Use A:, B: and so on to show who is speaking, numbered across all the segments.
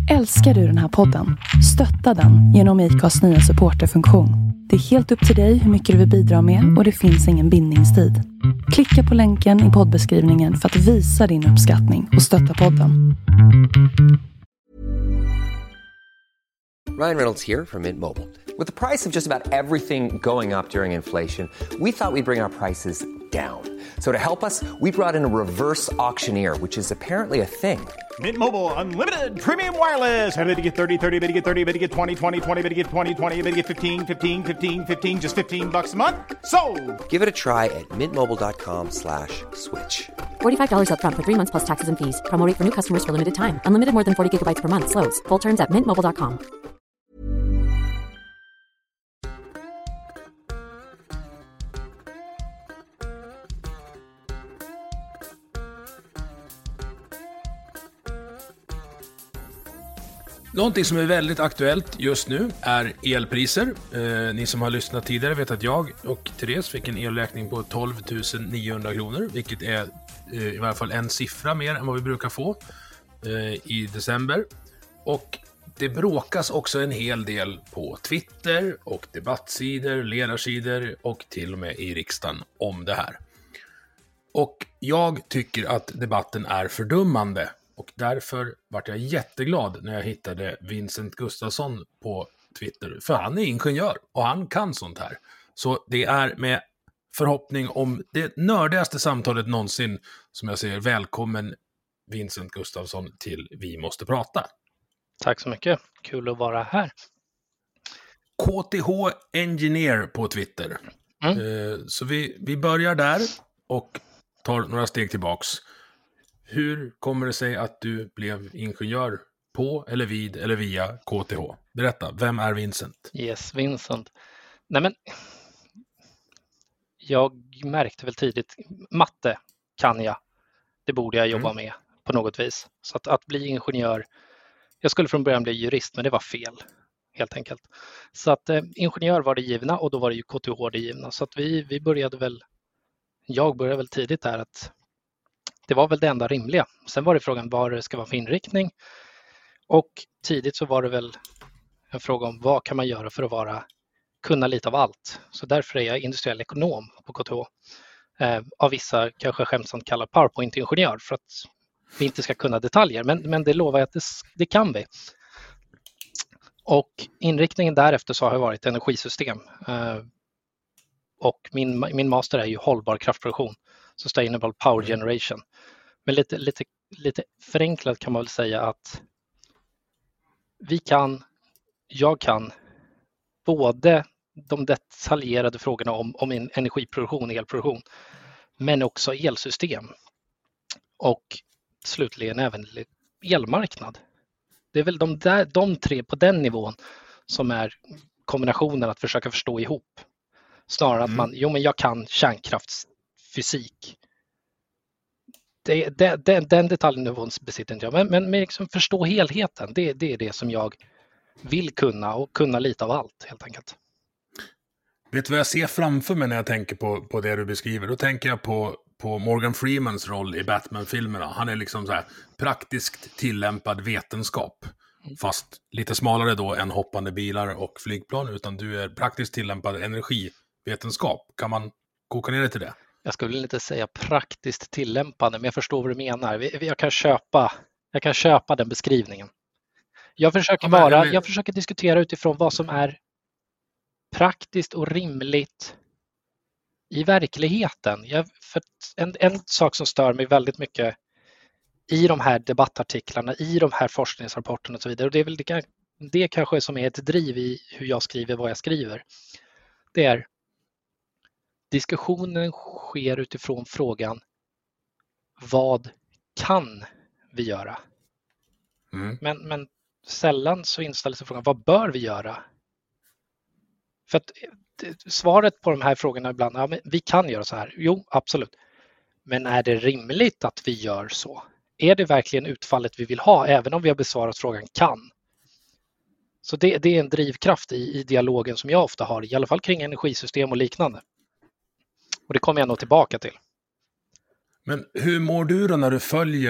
A: Älskar du den här podden? Stötta den genom IKAs nya supporterfunktion. Det är helt upp till dig hur mycket du vill bidra med och det finns ingen bindningstid. Klicka på länken i poddbeskrivningen för att visa din uppskattning och stötta podden.
B: Ryan Reynolds here from Mint Mobile. With the price of just about everything going up during inflation, we thought we'd bring our prices down. So to help us, we brought in a reverse auctioneer, which is apparently a thing.
C: Mint Mobile Unlimited Premium Wireless. How to get 30, 30, bit to get 30, bit to get 20, 20, 20, bit to get 20, 20, bit to get 15, 15, 15, 15, just $15 a month? Sold!
B: Give it a try at mintmobile.com/switch.
D: $45 up front for 3 months plus taxes and fees. Promo rate for new customers for limited time. Unlimited more than 40 gigabytes per month. Slows full terms at mintmobile.com.
E: Någonting som är väldigt aktuellt just nu är elpriser. Ni som har lyssnat tidigare vet att jag och Therese fick en elräkning på 12 900 kronor, vilket är i varje fall en siffra mer än vad vi brukar få i december. Och det bråkas också en hel del på Twitter och debattsidor, ledarsidor och till och med i riksdagen om det här. Och jag tycker att debatten är fördummande. Och därför vart jag jätteglad när jag hittade Vincent Gustafsson på Twitter. För han är ingenjör och han kan sånt här. Så det är med förhoppning om det nördigaste samtalet någonsin som jag säger välkommen Vincent Gustafsson till Vi måste prata.
F: Tack så mycket. Kul att vara här.
E: KTH Engineer på Twitter. Så vi börjar där och tar några steg tillbaks. Hur kommer det sig att du blev ingenjör på eller vid eller via KTH? Berätta, vem är Vincent?
F: Yes, Vincent. Nej men, jag märkte väl tidigt, matte kan jag. Det borde jag jobba med på något vis. Så att bli ingenjör, jag skulle från början bli jurist men det var fel helt enkelt. Så att ingenjör var det givna och då var det ju KTH det givna. Så att jag började väl tidigt där att det var väl det enda rimliga. Sen var det frågan vad det ska vara för inriktning. Och tidigt så var det väl en fråga om vad kan man göra för att kunna lite av allt. Så därför är jag industriell ekonom på KTH. Av vissa kanske skämtsamt kallar PowerPoint-ingenjör för att vi inte ska kunna detaljer. Men det lovar jag att det kan vi. Och inriktningen därefter så har varit energisystem. Och min master är ju hållbar kraftproduktion. Sustainable Power Generation. Men lite förenklat kan man väl säga att jag kan både de detaljerade frågorna om energiproduktion, elproduktion, men också elsystem. Och slutligen även elmarknad. Det är väl de tre på den nivån som är kombinationen att försöka förstå ihop. Snarare att men jag kan kärnkraftsfysik. Den detaljnivån besitter inte jag. Men liksom förstå helheten, det är det som jag vill kunna och kunna lite av allt helt enkelt.
E: Vet du vad jag ser framför mig när jag tänker på det du beskriver? Då tänker jag på Morgan Freemans roll i Batman-filmerna. Han är liksom så här praktiskt tillämpad vetenskap. Fast lite smalare då än hoppande bilar och flygplan. Utan du är praktiskt tillämpad energivetenskap. Kan man koka ner det till det?
F: Jag skulle inte säga praktiskt tillämpande, men jag förstår vad du menar. Jag kan köpa den beskrivningen. Jag försöker diskutera utifrån vad som är praktiskt och rimligt i verkligheten. För en sak som stör mig väldigt mycket i de här debattartiklarna, i de här forskningsrapporterna och så vidare, och det är väl det kanske som är ett driv i hur jag skriver vad jag skriver. Det är diskussionen sker utifrån frågan vad kan vi göra? Men sällan så inställer sig frågan vad bör vi göra? För att svaret på de här frågorna ibland, ja, men vi kan göra så här. Jo, absolut. Men är det rimligt att vi gör så? Är det verkligen utfallet vi vill ha även om vi har besvarat frågan kan? Så det är en drivkraft i dialogen som jag ofta har, i alla fall kring energisystem och liknande. Och det kommer jag nog tillbaka till.
E: Men hur mår du då när du följer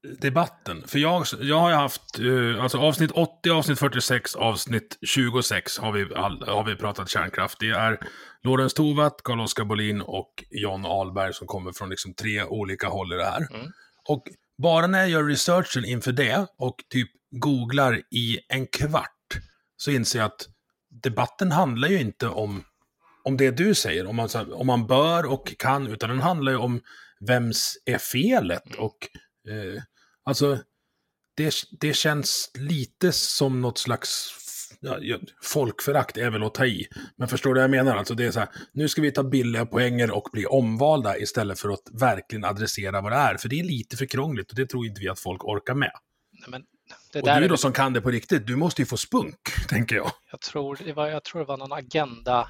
E: debatten. För jag har ju haft alltså avsnitt 80, avsnitt 46, avsnitt 26 har vi pratat kärnkraft. Det är Lorentz Tovatt, Carl-Oskar Bolin och John Ahlberg som kommer från liksom 3 olika håll i det här. Och bara när jag gör researchen inför det och typ googlar i en kvart så inser jag att debatten handlar ju inte om det du säger, om man bör och kan, utan den handlar ju om vems är felet. Och alltså det känns lite som något slags folkförakt är väl att ta i. Men förstår du vad jag menar? Alltså det är så här, nu ska vi ta billiga poänger och bli omvalda istället för att verkligen adressera vad det är. För det är lite för krångligt och det tror inte vi att folk orkar med.
F: Nej, men
E: och du då som kan det på riktigt, du måste ju få spunk, tänker jag.
F: Jag tror det var någon agenda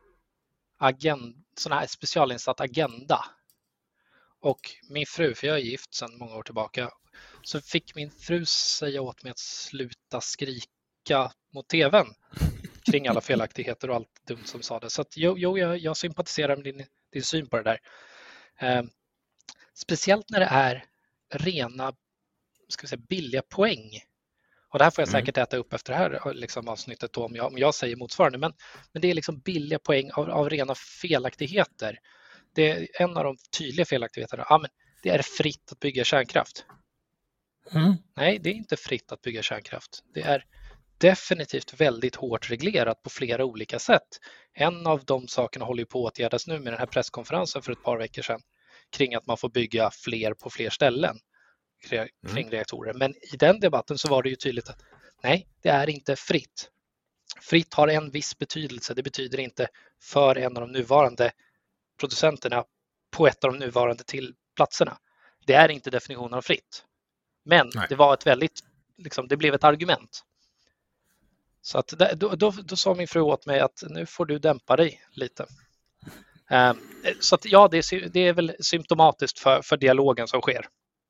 F: sån här specialinsatt agenda. Och min fru, för jag är gift sedan många år tillbaka, så fick min fru säga åt mig att sluta skrika mot tvn kring alla felaktigheter och allt dumt som sa det. Så att jag sympatiserar med din syn på det där. Speciellt när det är rena, ska vi säga, billiga poäng. Och det här får jag säkert äta upp efter det här liksom, avsnittet då, om jag säger motsvarande. Men det är liksom billiga poäng av rena felaktigheter. Det är en av de tydliga felaktigheterna. Ja, men det är fritt att bygga kärnkraft. Nej, det är inte fritt att bygga kärnkraft. Det är definitivt väldigt hårt reglerat på flera olika sätt. En av de sakerna håller på att åtgärdas nu med den här presskonferensen för ett par veckor sedan kring att man får bygga fler på fler ställen kring reaktorer. Men i den debatten så var det ju tydligt att nej, det är inte fritt. Fritt har en viss betydelse. Det betyder inte för en av de nuvarande producenterna på ett av de nuvarande till platserna. Det är inte definitionen av fritt. Men det var ett väldigt, liksom, det blev ett argument. Så att då sa min fru åt mig att nu får du dämpa dig lite. Så att ja, det är väl symptomatiskt för dialogen som sker.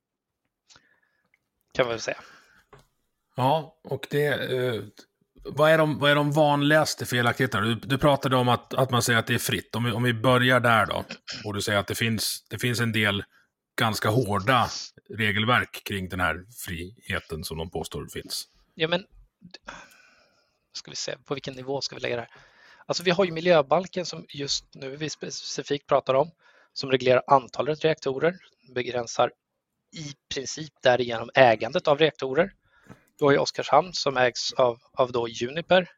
F: Kan man väl säga.
E: Ja, och vad är de vanligaste felaktigheterna? Du pratade om att man säger att det är fritt. Om vi börjar där då, och du säger att det finns en del ganska hårda regelverk kring den här friheten som de påstår finns.
F: Ja, men ska vi se, på vilken nivå ska vi lägga det här? Alltså vi har ju miljöbalken som just nu vi specifikt pratar om, som reglerar antalet reaktorer, begränsar i princip därigenom ägandet av reaktorer. Du har ju Oskarshamn som ägs av då Uniper.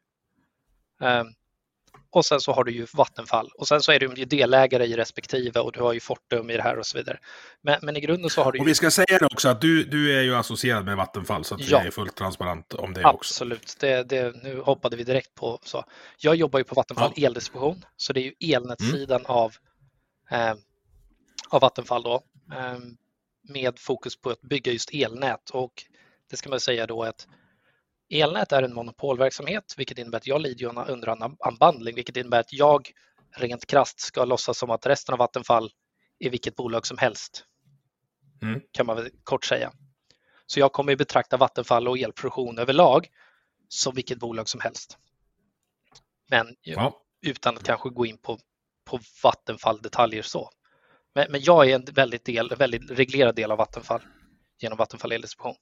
F: Och sen så har du ju Vattenfall. Och sen så är du ju delägare i respektive och du har ju Fortum i det här och så vidare. Men i grunden så har du ju...
E: Och vi ska säga det också att du är ju associerad med Vattenfall så att vi är fullt transparent om det också.
F: Absolut. Nu hoppade vi direkt på så. Jag jobbar ju på Vattenfall eldistribution, så det är ju elnätssidan av Vattenfall då. Med fokus på att bygga just elnät, och det ska man säga då att elnät är en monopolverksamhet, vilket innebär att jag lider under en unbundling, vilket innebär att jag rent krasst ska låtsas som att resten av Vattenfall är vilket bolag som helst. Kan man väl kort säga. Så jag kommer att betrakta Vattenfall och elproduktion överlag som vilket bolag som helst. Men utan att kanske gå in på Vattenfall-detaljer så. Men jag är en väldigt reglerad del av Vattenfall genom Vattenfall eldistribution.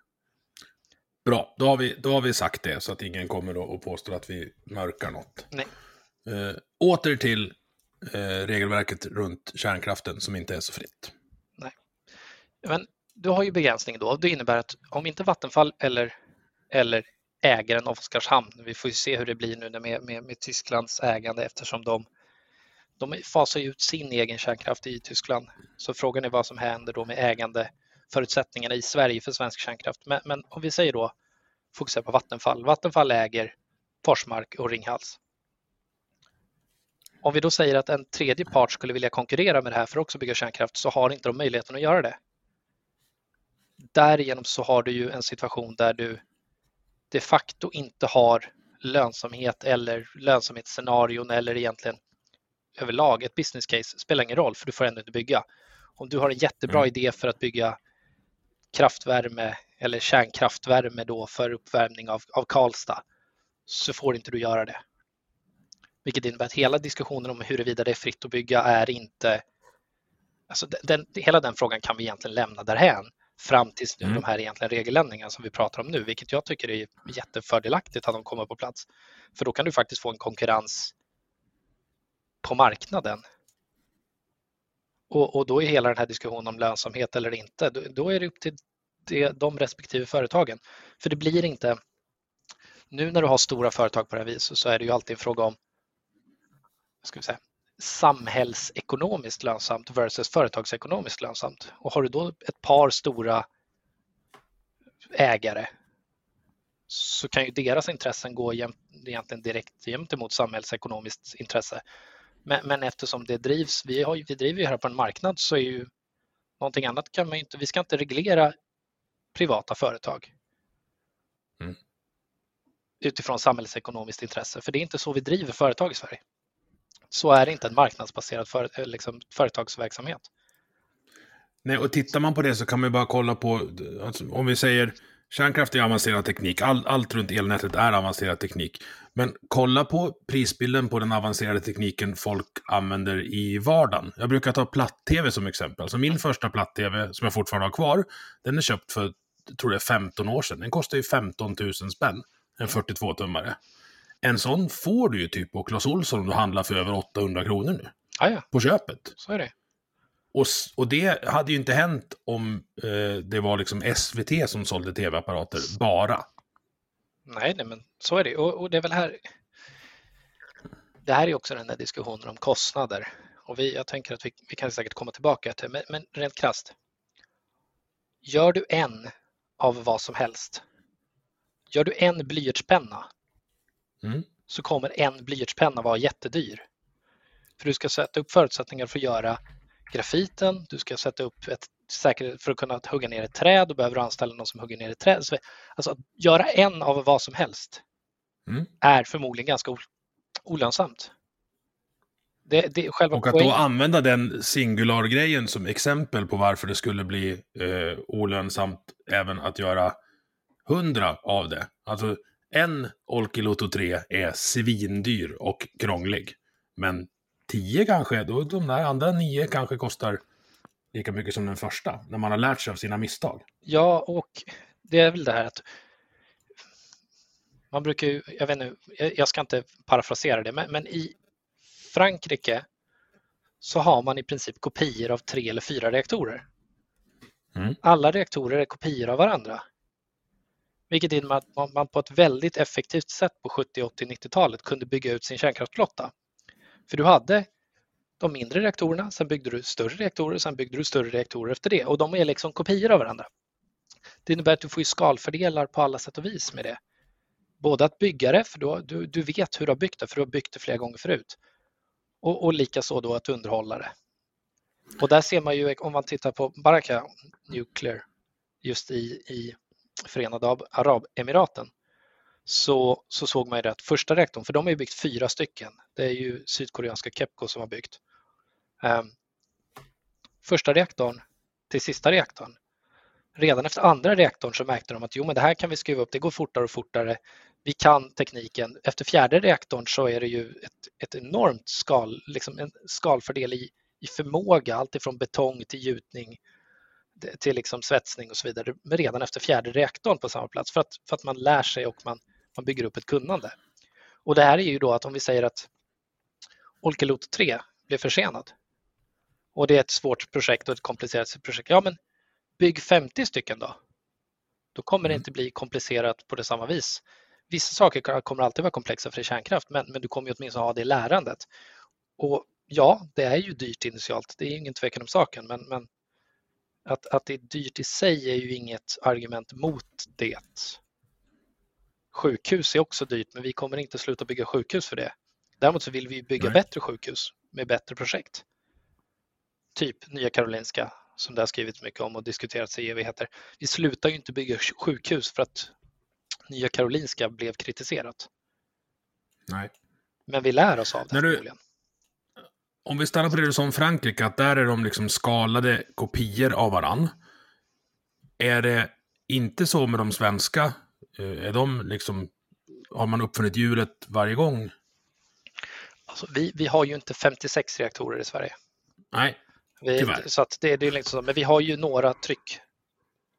E: Bra, då har vi sagt det så att ingen kommer och påstår att vi mörkar något.
F: Nej.
E: Åter till regelverket runt kärnkraften som inte är så fritt.
F: Nej. Men du har ju begränsning då. Det innebär att om inte Vattenfall eller ägaren av Oskarshamn, vi får ju se hur det blir nu med Tysklands ägande, eftersom de fasar ut sin egen kärnkraft i Tyskland. Så frågan är vad som händer då med ägandeförutsättningarna i Sverige för svensk kärnkraft. Men om vi säger då, fokusera på Vattenfall. Vattenfall äger Forsmark och Ringhals. Om vi då säger att en tredje part skulle vilja konkurrera med det här för att också bygga kärnkraft, så har inte de möjligheten att göra det. Därigenom så har du ju en situation där du de facto inte har lönsamhet eller lönsamhetsscenarion eller egentligen överlag ett business case spelar ingen roll, för du får ändå inte bygga. Om du har en jättebra idé för att bygga kraftvärme eller kärnkraftvärme då för uppvärmning av Karlstad, så får inte du göra det. Vilket innebär att hela diskussionen om huruvida det är fritt att bygga är inte... Alltså hela den frågan kan vi egentligen lämna därhän. fram till de här egentligen regeländringarna som vi pratar om nu, vilket jag tycker är jättefördelaktigt att de kommer på plats. För då kan du faktiskt få en konkurrens på marknaden. Och då är hela den här diskussionen om lönsamhet eller inte, då är det upp till de respektive företagen. För det blir inte, nu när du har stora företag på det här viset så är det ju alltid en fråga om, ska vi säga, samhällsekonomiskt lönsamt versus företagsekonomiskt lönsamt. Och har du då ett par stora ägare så kan ju deras intressen gå egentligen direkt gentemot samhällsekonomiskt intresse. Men eftersom det drivs, vi driver ju här på en marknad, så är ju någonting annat kan man inte, vi ska inte reglera privata företag utifrån samhällsekonomiskt intresse, för det är inte så vi driver företag i Sverige. Så är det inte en marknadsbaserad företagsverksamhet.
E: Nej, och tittar man på det så kan man bara kolla på, alltså, om vi säger kärnkraft är avancerad teknik, allt runt elnätet är avancerad teknik. Men kolla på prisbilden på den avancerade tekniken folk använder i vardagen. Jag brukar ta platt-tv som exempel. Alltså min första platt-tv som jag fortfarande har kvar, den är köpt för, tror jag, 15 år sedan. Den kostar ju 15 000 spänn, en 42-tummare. En sån får du ju typ på Clas Ohlson om du handlar för över 800 kronor nu.
F: Ja.
E: På köpet.
F: Så är det.
E: Och det hade ju inte hänt om det var liksom SVT som sålde tv-apparater bara.
F: Nej, men så är det. Och det är väl här, det här är också den där diskussionen om kostnader. Och jag tänker att vi kan säkert komma tillbaka till, men rent krasst. Gör du en av vad som helst, gör du en blyertspenna, så kommer en blyertspenna vara jättedyr. För du ska sätta upp förutsättningar för att göra grafiten, du ska sätta upp för att kunna hugga ner ett träd, då behöver du anställa någon som hugger ner ett träd. Alltså att göra en av vad som helst är förmodligen ganska olönsamt. Det är själva
E: och att
F: poängen.
E: Då använda den singular-grejen som exempel på varför det skulle bli olönsamt även att göra 100 av det. Alltså en Olkiluoto 3 är svindyr och krånglig. Men 10 kanske, då de där andra 9 kanske kostar lika mycket som den första, när man har lärt sig av sina misstag.
F: Ja, och det är väl det här att man brukar ju, jag vet inte, jag ska inte parafrasera det, men i Frankrike så har man i princip kopior av 3 eller 4 reaktorer. Alla reaktorer är kopior av varandra. Vilket innebär att man på ett väldigt effektivt sätt på 70, 80, 90-talet kunde bygga ut sin kärnkraftsflotta. För du hade de mindre reaktorerna, sen byggde du större reaktorer, sen byggde du större reaktorer efter det. Och de är liksom kopior av varandra. Det innebär att du får ju skalfördelar på alla sätt och vis med det. Både att bygga det, för du vet hur du har byggt det, för du har byggt det flera gånger förut. Och likaså då att underhålla det. Och där ser man ju, om man tittar på Baraka Nuclear just i Förenade Arabemiraten, så såg man ju det att första reaktorn, för de har ju byggt 4 stycken. Det är ju sydkoreanska Kepco som har byggt. Första reaktorn till sista reaktorn. Redan efter andra reaktorn så märkte de att men det här kan vi skruva upp, det går fortare och fortare. Vi kan tekniken. Efter fjärde reaktorn så är det ju ett enormt en skalfördel i förmåga, allt ifrån betong till gjutning till liksom svetsning och så vidare. Men redan efter fjärde reaktorn på samma plats för att man lär sig och man bygger upp ett kunnande. Och det här är ju då att om vi säger att Olkiluoto 3 blev försenad och det är ett svårt projekt och ett komplicerat projekt. Ja, men bygg 50 stycken då. Då kommer det inte bli komplicerat på det samma vis. Vissa saker kommer alltid vara komplexa för kärnkraft, men du kommer ju åtminstone ha det lärandet. Och ja, det är ju dyrt initialt. Det är ingen tvekan om saken, men att det är dyrt i sig är ju inget argument mot det. Sjukhus är också dyrt, men vi kommer inte sluta bygga sjukhus för det. Däremot så vill vi bygga bättre sjukhus med bättre projekt. Typ Nya Karolinska, som det har skrivits mycket om och diskuterats i evigheter. Vi slutar ju inte bygga sjukhus för att Nya Karolinska blev kritiserat.
E: Nej.
F: Men vi lär oss av det.
E: Om vi stannar på det som Frankrike, att där är de liksom skalade kopior av varann. Är det inte så med de svenska? Är de liksom, har man uppfunnit hjulet varje gång?
F: Alltså, vi har ju inte 56 reaktorer i Sverige.
E: Nej, tyvärr.
F: Så att det är liksom så, men vi har ju några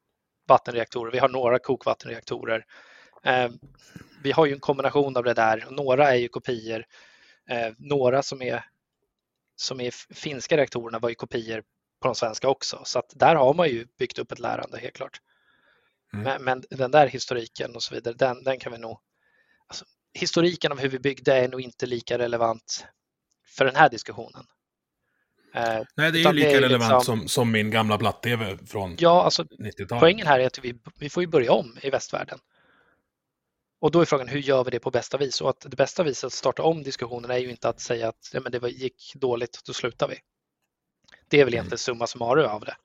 F: vattenreaktorer, vi har några kokvattenreaktorer. Vi har ju en kombination av det där. Några är ju kopior. Några som är finska reaktorerna var ju kopior på de svenska också. Så att där har man ju byggt upp ett lärande helt klart. Men den där historiken och så vidare, den kan vi nog... Alltså, historiken av hur vi byggde är nog inte lika relevant för den här diskussionen.
E: Nej, det är ju lika relevant liksom, som min gamla platt-tv från 90-talet.
F: Poängen här är att vi får ju börja om i västvärlden. Och då är frågan, hur gör vi det på bästa vis? Och att det bästa viset att starta om diskussionen är ju inte att säga att det gick dåligt, då slutar vi. Det är väl egentligen summa summarum av det.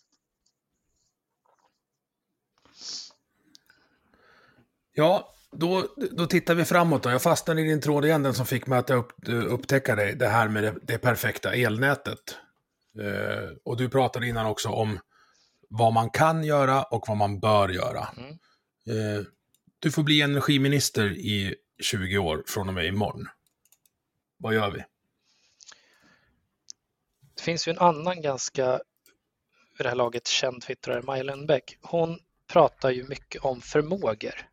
E: Ja, då tittar vi framåt då. Jag fastnade i din tråd igen, den som fick mig att upptäcka det här med det perfekta elnätet. Och du pratade innan också om vad man kan göra och vad man bör göra. Du får bli energiminister i 20 år från och med imorgon. Vad gör vi?
F: Det finns ju en annan ganska i det här laget känd twittrare, Maja Lundbäck. Hon pratar ju mycket om förmågor.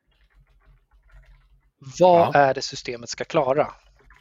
F: Vad är det systemet ska klara?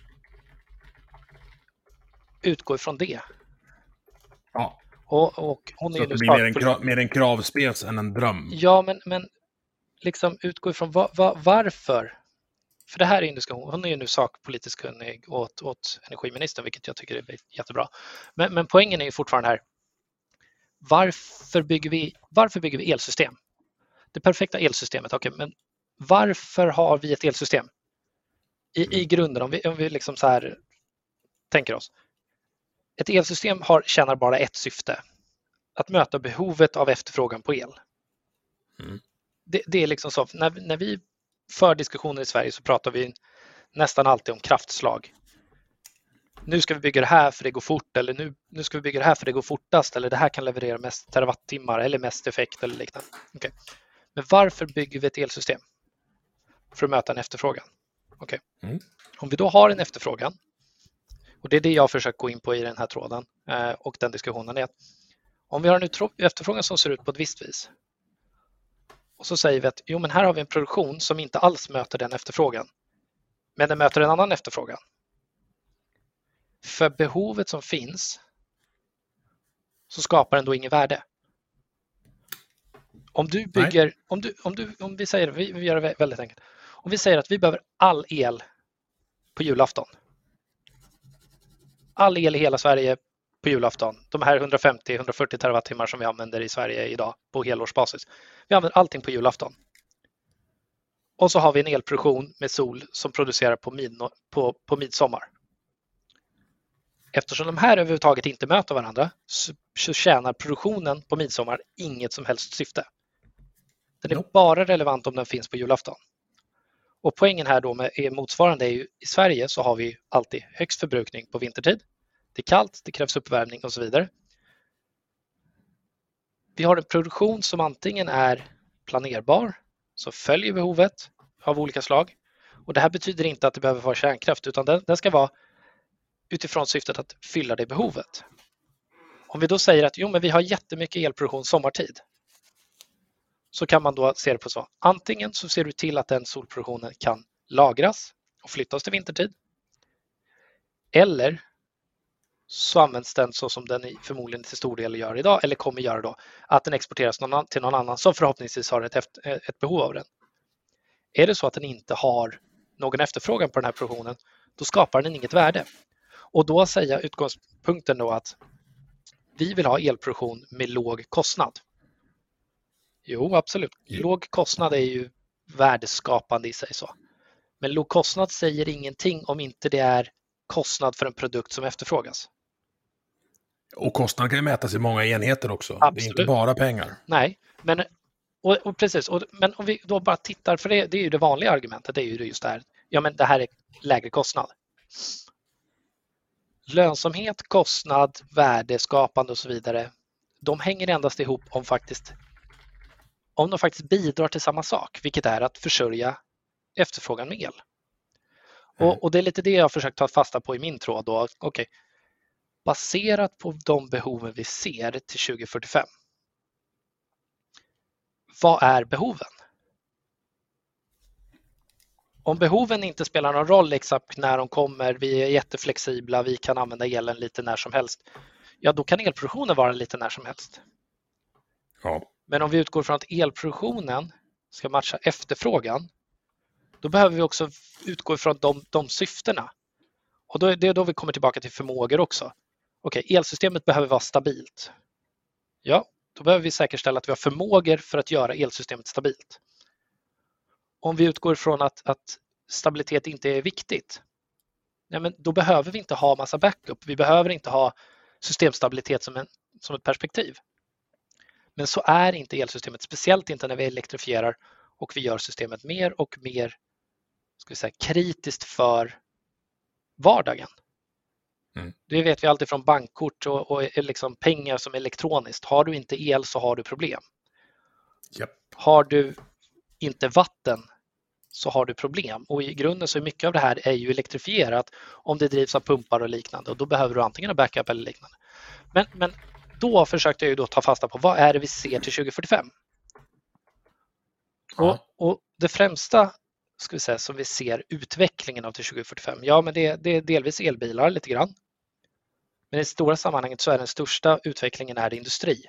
F: Utgå ifrån det.
E: Ja.
F: Och hon är ju
E: mer en kravspels än en dröm.
F: Ja, men liksom utgå ifrån varför. För det här är en diskussion. Hon är ju nu sakpolitiskt kunnig åt energiministern, vilket jag tycker är jättebra. Men poängen är ju fortfarande här. Varför bygger vi elsystem? Det perfekta elsystemet. Okej, men varför har vi ett elsystem? I grunden, om vi liksom så här tänker oss. Ett elsystem tjänar bara ett syfte. Att möta behovet av efterfrågan på el. Det är liksom så. När vi för diskussioner i Sverige så pratar vi nästan alltid om kraftslag. Nu ska vi bygga det här för det går fort, eller nu ska vi bygga det här för det går fortast, eller det här kan leverera mest terawattimmar eller mest effekt eller liknande. Okay. Men varför bygger vi ett elsystem? För att möta en efterfrågan. Okay. Om vi då har en efterfrågan, och det är det jag försöker gå in på i den här tråden och den diskussionen är att om vi har en efterfrågan som ser ut på ett visst vis och så säger vi att men här har vi en produktion som inte alls möter den efterfrågan, men den möter en annan efterfrågan. För behovet som finns så skapar den då inget värde. Om du bygger, om vi säger, vi gör det väldigt enkelt. Om vi säger att vi behöver all el på julafton. All el i hela Sverige på julafton. De här 150-140 terawattimmar som vi använder i Sverige idag på helårsbasis. Vi använder allting på julafton. Och så har vi en elproduktion med sol som producerar på midsommar. Eftersom de här överhuvudtaget inte möter varandra så tjänar produktionen på midsommar inget som helst syfte. Den är bara relevant om den finns på julafton. Och poängen här då är motsvarande är ju i Sverige så har vi alltid högst förbrukning på vintertid. Det är kallt, det krävs uppvärmning och så vidare. Vi har en produktion som antingen är planerbar, som följer behovet av olika slag. Och det här betyder inte att det behöver vara kärnkraft utan den ska vara utifrån syftet att fylla det behovet. Om vi då säger att men vi har jättemycket elproduktion sommartid så kan man då se det på så. Antingen så ser du till att den solproduktionen kan lagras och flyttas till vintertid. Eller så används den så som den förmodligen till stor del gör idag eller kommer göra då. Att den exporteras till någon annan som förhoppningsvis har ett behov av den. Är det så att den inte har någon efterfrågan på den här produktionen då skapar den inget värde. Och då säger utgångspunkten då att vi vill ha elproduktion med låg kostnad. Jo, absolut. Låg kostnad är ju värdeskapande i sig så. Men låg kostnad säger ingenting om inte det är kostnad för en produkt som efterfrågas.
E: Och kostnad kan ju mätas i många enheter också.
F: Absolut.
E: Det är inte bara pengar.
F: Nej, men och precis. Men om vi då bara tittar, för det är ju det vanliga argumentet, det är ju just det här. Ja, men det här är lägre kostnad. Lönsamhet, kostnad, värdeskapande och så vidare. De hänger endast ihop om de faktiskt bidrar till samma sak, vilket är att försörja efterfrågan med el. Och det är lite det jag har försökt ta fasta på i min tråd då. Okej. Baserat på de behoven vi ser till 2045. vad är behoven? Om behoven inte spelar någon roll exakt när de kommer, vi är jätteflexibla, vi kan använda elen lite när som helst, ja då kan elproduktionen vara lite när som helst.
E: Ja.
F: Men om vi utgår från att elproduktionen ska matcha efterfrågan, då behöver vi också utgå från de syftena. Och det är då vi kommer tillbaka till förmågor också. Okej, elsystemet behöver vara stabilt. Ja, då behöver vi säkerställa att vi har förmågor för att göra elsystemet stabilt. Om vi utgår från att stabilitet inte är viktigt, ja, men då behöver vi inte ha massa backup. Vi behöver inte ha systemstabilitet som ett perspektiv. Men så är inte elsystemet, speciellt inte när vi elektrifierar och vi gör systemet mer och mer, ska vi säga, kritiskt för vardagen. Det vet vi alltid från bankkort och liksom pengar som elektroniskt. Har du inte el så har du problem.
E: Yep.
F: Har du inte vatten så har du problem. Och i grunden så är mycket av det här är ju elektrifierat om det drivs av pumpar och liknande. Och då behöver du antingen ha backup eller liknande. Men då försökte jag ju då ta fasta på vad är det vi ser till 2045.
E: Ja.
F: Och det främsta, ska vi säga, som vi ser utvecklingen av till 2045, ja men det är delvis elbilar lite grann. Men i det stora sammanhanget så är den största utvecklingen är industri.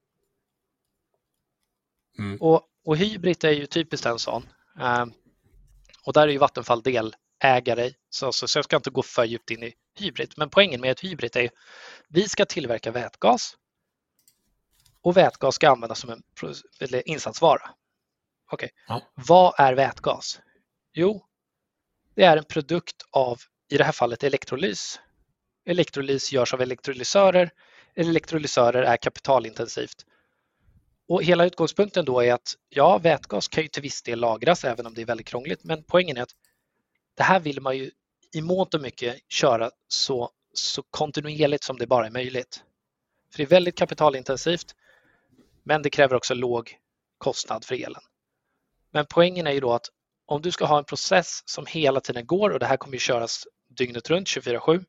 F: Och hybrid är ju typiskt en sån. Och där är ju Vattenfall delägare, så jag ska inte gå för djupt in i hybrid. Men poängen med ett hybrid är att vi ska tillverka vätgas och vätgas ska användas som en insatsvara. Okej. Ja. Vad är vätgas? Jo, det är en produkt av, i det här fallet, elektrolys. Elektrolys görs av elektrolysörer. Elektrolysörer är kapitalintensivt. Och hela utgångspunkten då är att ja, vätgas kan ju till viss del lagras även om det är väldigt krångligt. Men poängen är att det här vill man ju i mångt och mycket köra så kontinuerligt som det bara är möjligt. För det är väldigt kapitalintensivt, men det kräver också låg kostnad för elen. Men poängen är ju då att om du ska ha en process som hela tiden går, och det här kommer ju köras dygnet runt 24/7.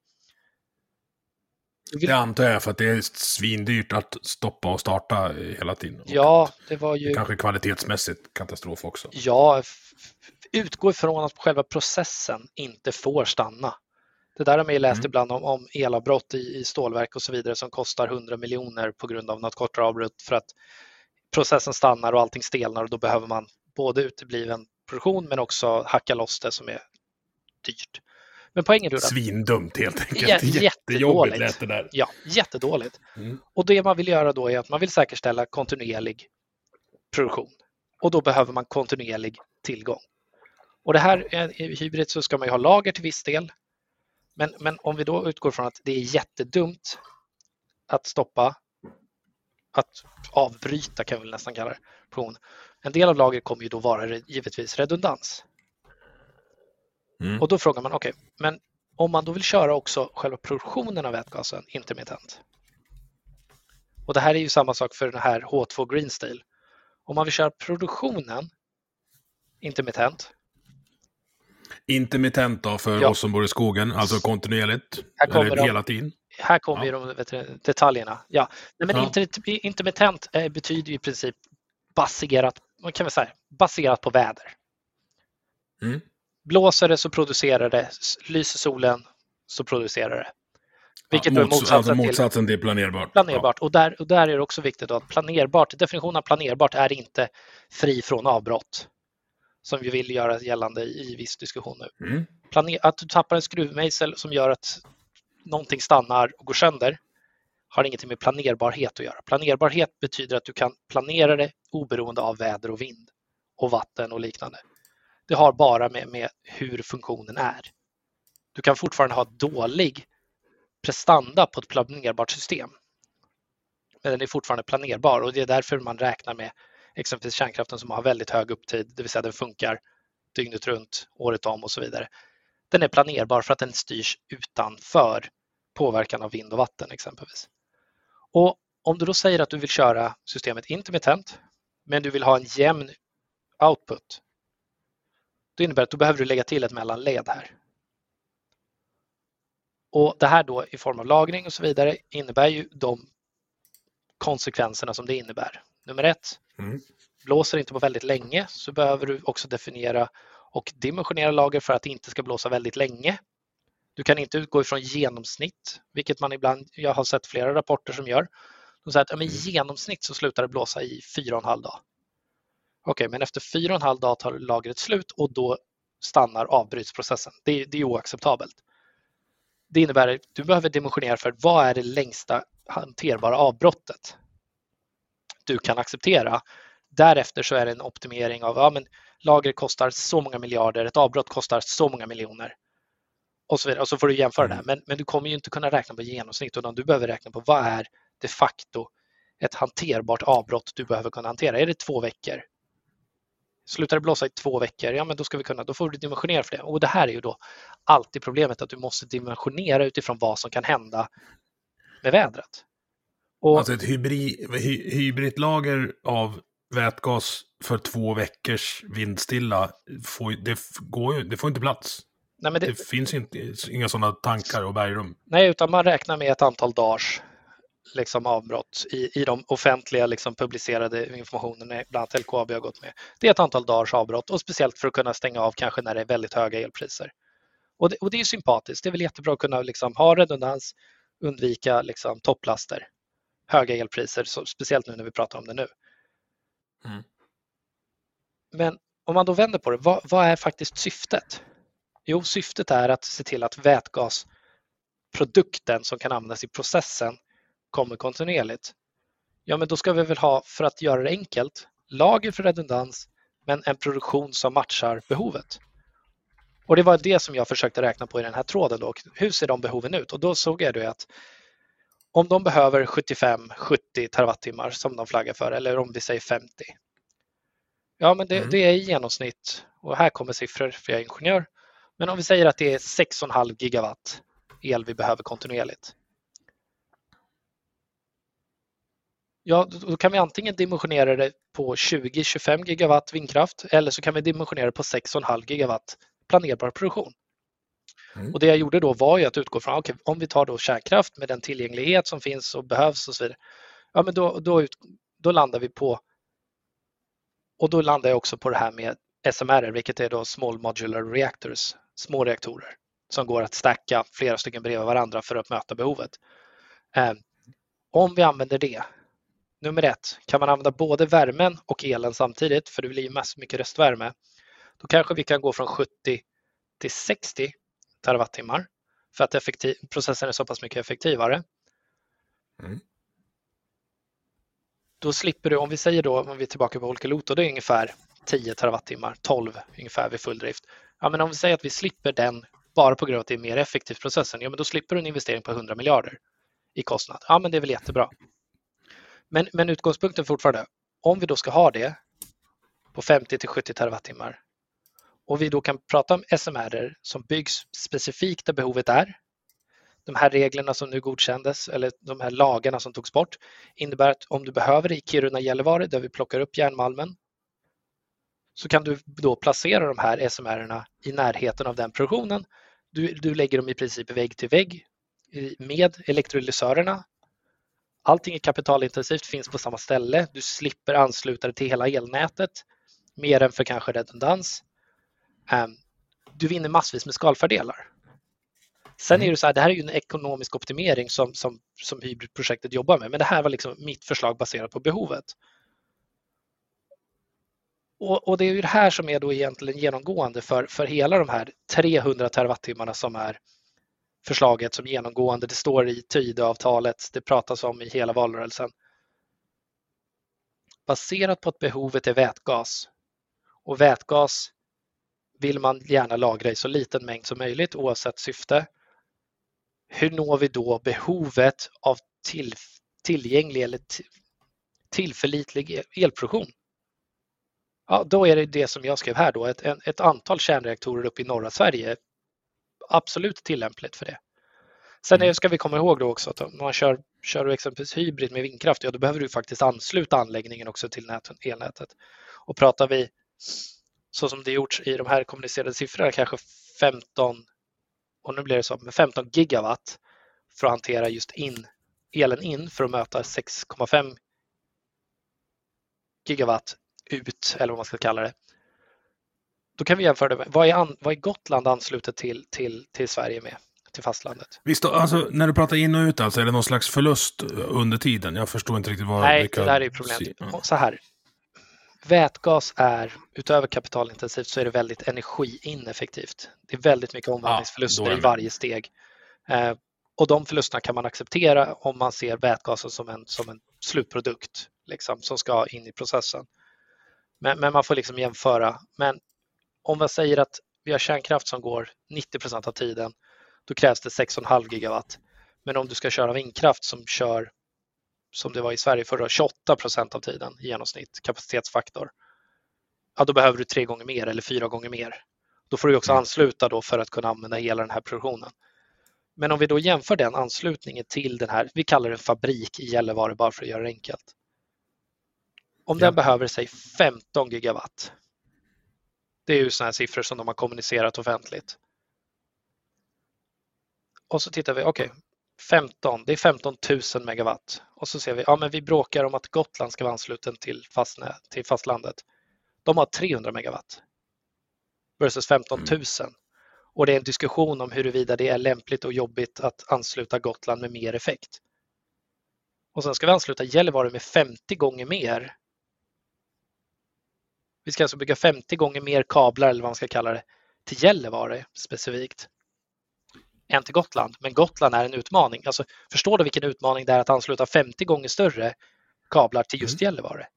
E: Det antar jag för att det är svindyrt att stoppa och starta hela tiden.
F: Ja, det var ju...
E: Det kanske är kvalitetsmässigt katastrof också.
F: Ja, utgå ifrån att själva processen inte får stanna. Det där har man ju läst ibland om elavbrott i stålverk och så vidare som kostar 100 miljoner på grund av något kortare avbrott för att processen stannar och allting stelnar, och då behöver man både utebliven produktion men också hacka loss det som är dyrt. Men poängen är att
E: svindumt helt enkelt. Jättejobbigt lät det där.
F: Ja, jättedåligt. Och det man vill göra då är att man vill säkerställa kontinuerlig produktion. Och då behöver man kontinuerlig tillgång. Och det här i hybrid så ska man ju ha lager till viss del. Men om vi då utgår från att det är jättedumt att stoppa, att avbryta kan vi väl nästan kalla det, produktion. En del av lagret kommer ju då vara givetvis redundans. Och då frågar man, okej, men om man då vill köra också själva produktionen av vätgasen intermittent. Och det här är ju samma sak för den här H2 Green Steel. Om man vill köra produktionen intermittent.
E: Intermittent då för oss som bor i skogen, alltså kontinuerligt, eller hela tiden.
F: Här kommer ju detaljerna. Ja. Nej, men intermittent betyder ju i princip baserat på väder. Blåser det så producerar det, lyser solen så producerar det. Vilket är
E: motsatsen till planerbart.
F: Planerbart. Ja. Och där är det också viktigt att definitionen av planerbart är inte fri från avbrott. Som vi vill göra gällande i viss diskussion nu. Att du tappar en skruvmejsel som gör att någonting stannar och går sönder har ingenting med planerbarhet att göra. Planerbarhet betyder att du kan planera det oberoende av väder och vind och vatten och liknande. Det har bara med hur funktionen är. Du kan fortfarande ha dålig prestanda på ett planerbart system. Men den är fortfarande planerbar, och det är därför man räknar med exempelvis kärnkraften som har väldigt hög upptid, det vill säga den funkar dygnet runt, året om och så vidare. Den är planerbar för att den styrs utanför påverkan av vind och vatten exempelvis. Och om du då säger att du vill köra systemet intermittent, men du vill ha en jämn output, då innebär det att du behöver lägga till ett mellanled här. Och det här då i form av lagring och så vidare innebär ju de konsekvenserna som det innebär. Nummer 1, Blåser inte på väldigt länge så behöver du också definiera och dimensionera lager för att det inte ska blåsa väldigt länge. Du kan inte utgå ifrån genomsnitt, vilket man ibland, jag har sett flera rapporter som gör. De säger att i genomsnitt så slutar det blåsa i 4,5 dag. Okej, men efter 4,5 dag tar lagret slut och då avbryts processen. Det är oacceptabelt. Det innebär att du behöver dimensionera för vad är det längsta hanterbara avbrottet du kan acceptera. Därefter så är det en optimering av men lager kostar så många miljarder, ett avbrott kostar så många miljoner och så vidare. Och så får du jämföra det. Men du kommer ju inte kunna räkna på genomsnitt utan du behöver räkna på vad är de facto ett hanterbart avbrott du behöver kunna hantera. Är det 2 veckor? Slutar det blåsa i 2 veckor, ja men då får du dimensionera för det. Och det här är ju då alltid problemet att du måste dimensionera utifrån vad som kan hända med vädret. Och,
E: alltså ett hybridlager av vätgas för 2 veckors vindstilla, det får inte plats.
F: Nej, men
E: det finns inga sådana tankar och bergrum.
F: Nej, utan man räknar med ett antal dagars avbrott i de offentliga publicerade informationen, bland annat LKAB har gått med. Det är ett antal dagars avbrott och speciellt för att kunna stänga av kanske när det är väldigt höga elpriser. Och det är ju sympatiskt. Det är väl jättebra att kunna ha redundans, undvika topplaster, höga elpriser, så speciellt nu när vi pratar om det nu. Mm. Men om man då vänder på det, vad är faktiskt syftet? Jo, syftet är att se till att vätgasprodukten som kan användas i processen kommer kontinuerligt. Ja, men då ska vi väl ha, för att göra det enkelt, lager för redundans men en produktion som matchar behovet. Och det var det som jag försökte räkna på i den här tråden då. Hur ser de behoven ut? Och då såg jag då att om de behöver 75-70 terawattimmar som de flaggar för, eller om vi säger 50. Ja, men det är i genomsnitt, och här kommer siffror för jag är ingenjör, men om vi säger att det är 6,5 gigawatt el vi behöver kontinuerligt. Ja, då kan vi antingen dimensionera det på 20-25 gigawatt vindkraft eller så kan vi dimensionera det på 6,5 gigawatt planerbar produktion. Och det jag gjorde då var ju att utgå från, om vi tar då kärnkraft med den tillgänglighet som finns och behövs och så vidare. Ja, men då landar vi på, och då landar jag också på det här med SMR, vilket är då Small Modular Reactors, små reaktorer som går att stacka flera stycken bredvid varandra för att möta behovet. Om vi använder det, nummer 1, kan man använda både värmen och elen samtidigt, för det blir ju massor mycket restvärme. Då kanske vi kan gå från 70 till 60 terawattimmar för att processen är så pass mycket effektivare. Då slipper du, om vi säger då, om vi är tillbaka på Olkiluoto, det är ungefär 10 terawattimmar, 12 ungefär vid full drift. Ja, men om vi säger att vi slipper den bara på grund av att det är mer effektivt processen, ja men då slipper du en investering på 100 miljarder i kostnad. Ja, men det är väl jättebra. Men utgångspunkten fortfarande, om vi då ska ha det på 50 till 70 terawattimmar och vi då kan prata om SMR som byggs specifikt där behovet är. De här reglerna som nu godkändes eller de här lagarna som togs bort innebär att om du behöver det i Kiruna Gällivare där vi plockar upp järnmalmen så kan du då placera de här SMR-erna i närheten av den produktionen. Du lägger dem i princip vägg till vägg med elektrolysörerna. Allting är kapitalintensivt, finns på samma ställe. Du slipper ansluta det till hela elnätet mer än för kanske redundans. Du vinner massvis med skalfördelar. Sen är det så här, det här är ju en ekonomisk optimering som hybridprojektet jobbar med. Men det här var mitt förslag baserat på behovet. Och det är ju det här som är då egentligen genomgående för hela de här 300 terawattimmarna som är förslaget som genomgående. Det står i Tidöavtalet, det pratas om i hela valrörelsen. Baserat på att behovet är vätgas. Och vätgas vill man gärna lagra i så liten mängd som möjligt oavsett syfte. Hur når vi då behovet av tillgänglig eller tillförlitlig elproduktion? Ja, då är det som jag skrev här då, ett antal kärnreaktorer uppe i norra Sverige är absolut tillämpligt för det. Sen ska vi komma ihåg då också att om man kör du exempelvis hybrid med vindkraft, ja då behöver du faktiskt ansluta anläggningen också till elnätet. Och pratar vi så som det gjorts i de här kommunicerade siffrorna, kanske 15 gigawatt för att hantera just elen in för att möta 6,5 gigawatt ut, eller vad man ska kalla det. Då kan vi jämföra det med, vad är Gotland anslutet till Sverige med, till fastlandet?
E: Visst, alltså, när du pratar in och ut, alltså, är det någon slags förlust under tiden? Jag förstår inte riktigt vad...
F: Nej, det där är ju problemet. Så här, vätgas är, utöver kapitalintensivt, så är det väldigt energiineffektivt. Det är väldigt mycket omvandlingsförluster i varje steg. Och de förlusterna kan man acceptera om man ser vätgasen som en slutprodukt liksom, som ska in i processen. Men man får liksom jämföra. Men om man säger att vi har kärnkraft som går 90% av tiden, då krävs det 6,5 gigawatt. Men om du ska köra vindkraft som kör, som det var i Sverige förra, 28% av tiden i genomsnitt, kapacitetsfaktor, ja, då behöver du 3 gånger mer eller 4 gånger mer. Då får du också ansluta då för att kunna använda hela den här produktionen. Men om vi då jämför den anslutningen till den här, vi kallar det fabrik i Gällivare bara för att göra det enkelt. Om den behöver sig 15 gigawatt. Det är ju sådana här siffror som de har kommunicerat offentligt. Och så tittar vi, okej, 15, det är 15 000 megawatt. Och så ser vi, ja men vi bråkar om att Gotland ska vara ansluten till fastlandet. De har 300 megawatt versus 15 000. Och det är en diskussion om huruvida det är lämpligt och jobbigt att ansluta Gotland med mer effekt. Och sen ska vi ansluta Gällivare med 50 gånger mer. Vi ska alltså bygga 50 gånger mer kablar, eller vad man ska kalla det, till Gällivare specifikt än till Gotland. Men Gotland är en utmaning. Alltså, förstår du vilken utmaning det är att ansluta 50 gånger större kablar till just Gällivare?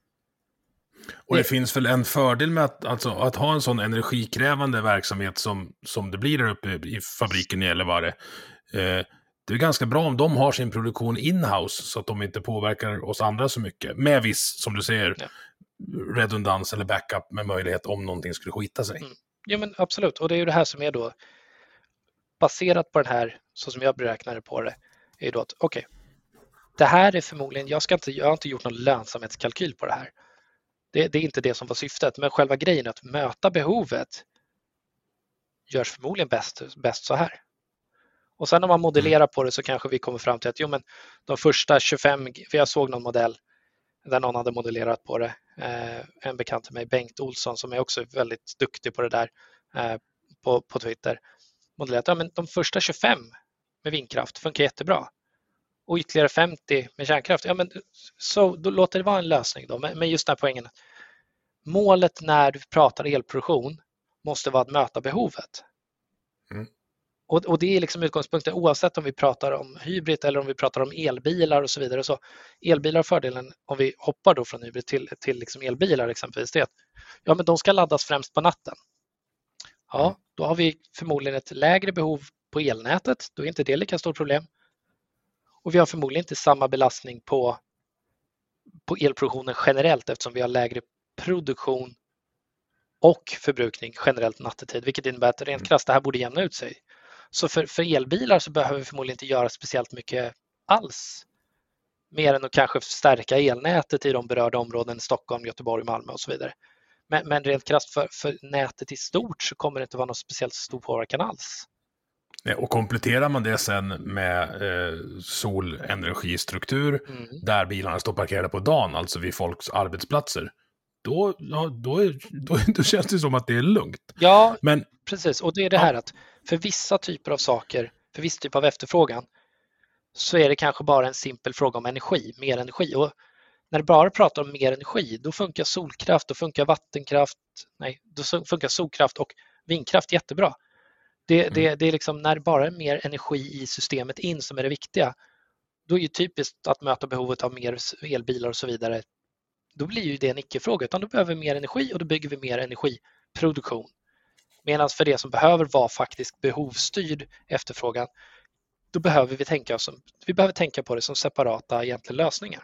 E: Och det finns väl en fördel med att ha en sån energikrävande verksamhet som det blir där uppe i fabriken i Gällivare. Det är ganska bra om de har sin produktion in-house så att de inte påverkar oss andra så mycket. Med viss, som du säger, redundans eller backup med möjlighet om någonting skulle skita sig.
F: Ja, men absolut. Och det är ju det här som är då baserat på den här, så som jag beräknade på det, är då att okej, det här är förmodligen, jag har inte gjort någon lönsamhetskalkyl på det här. Det är inte det som var syftet, men själva grejen är att möta behovet görs förmodligen bäst så här. Och sen om man modellerar på det så kanske vi kommer fram till att men de första 25, för jag såg någon modell där någon hade modellerat på det, en bekant till mig, Bengt Olsson, som är också väldigt duktig på det där på Twitter, modellerat men de första 25 med vindkraft funkar jättebra. Och ytterligare 50 med kärnkraft. Ja, men så då låter det vara en lösning då. Men just den här poängen. Målet när du pratar elproduktion måste vara att möta behovet. Och det är liksom utgångspunkten oavsett om vi pratar om hybrid eller om vi pratar om elbilar och så vidare. Så elbilar har fördelen, om vi hoppar då från hybrid till liksom elbilar exempelvis, det är att men de ska laddas främst på natten. Ja, då har vi förmodligen ett lägre behov på elnätet. Då är inte det lika stort problem. Och vi har förmodligen inte samma belastning på elproduktionen generellt eftersom vi har lägre produktion och förbrukning generellt nattetid, vilket innebär att rent krasst det här borde jämna ut sig. Så för elbilar så behöver vi förmodligen inte göra speciellt mycket alls. Mer än att kanske stärka elnätet i de berörda områden, Stockholm, Göteborg, Malmö och så vidare. Men rent krasst för nätet i stort så kommer det inte vara någon speciellt stor påverkan alls.
E: Och kompletterar man det sen med solenergistruktur där bilarna står parkerade på dagen, alltså vid folks arbetsplatser, då känns det som att det är lugnt.
F: Ja, men precis. Och det är det här att för vissa typer av saker, för viss typ av efterfrågan, så är det kanske bara en simpel fråga om energi, mer energi. Och när du bara pratar om mer energi, då funkar solkraft, då funkar vattenkraft, då funkar solkraft och vindkraft jättebra. Det är liksom när det bara är mer energi i systemet in som är det viktiga. Då är ju typiskt att möta behovet av mer elbilar och så vidare. Då blir ju det en icke-fråga, utan då behöver vi mer energi och då bygger vi mer energiproduktion. Medan för det som behöver vara faktiskt behovsstyrd efterfrågan, då behöver vi behöver tänka på det som separata egentligen lösningar.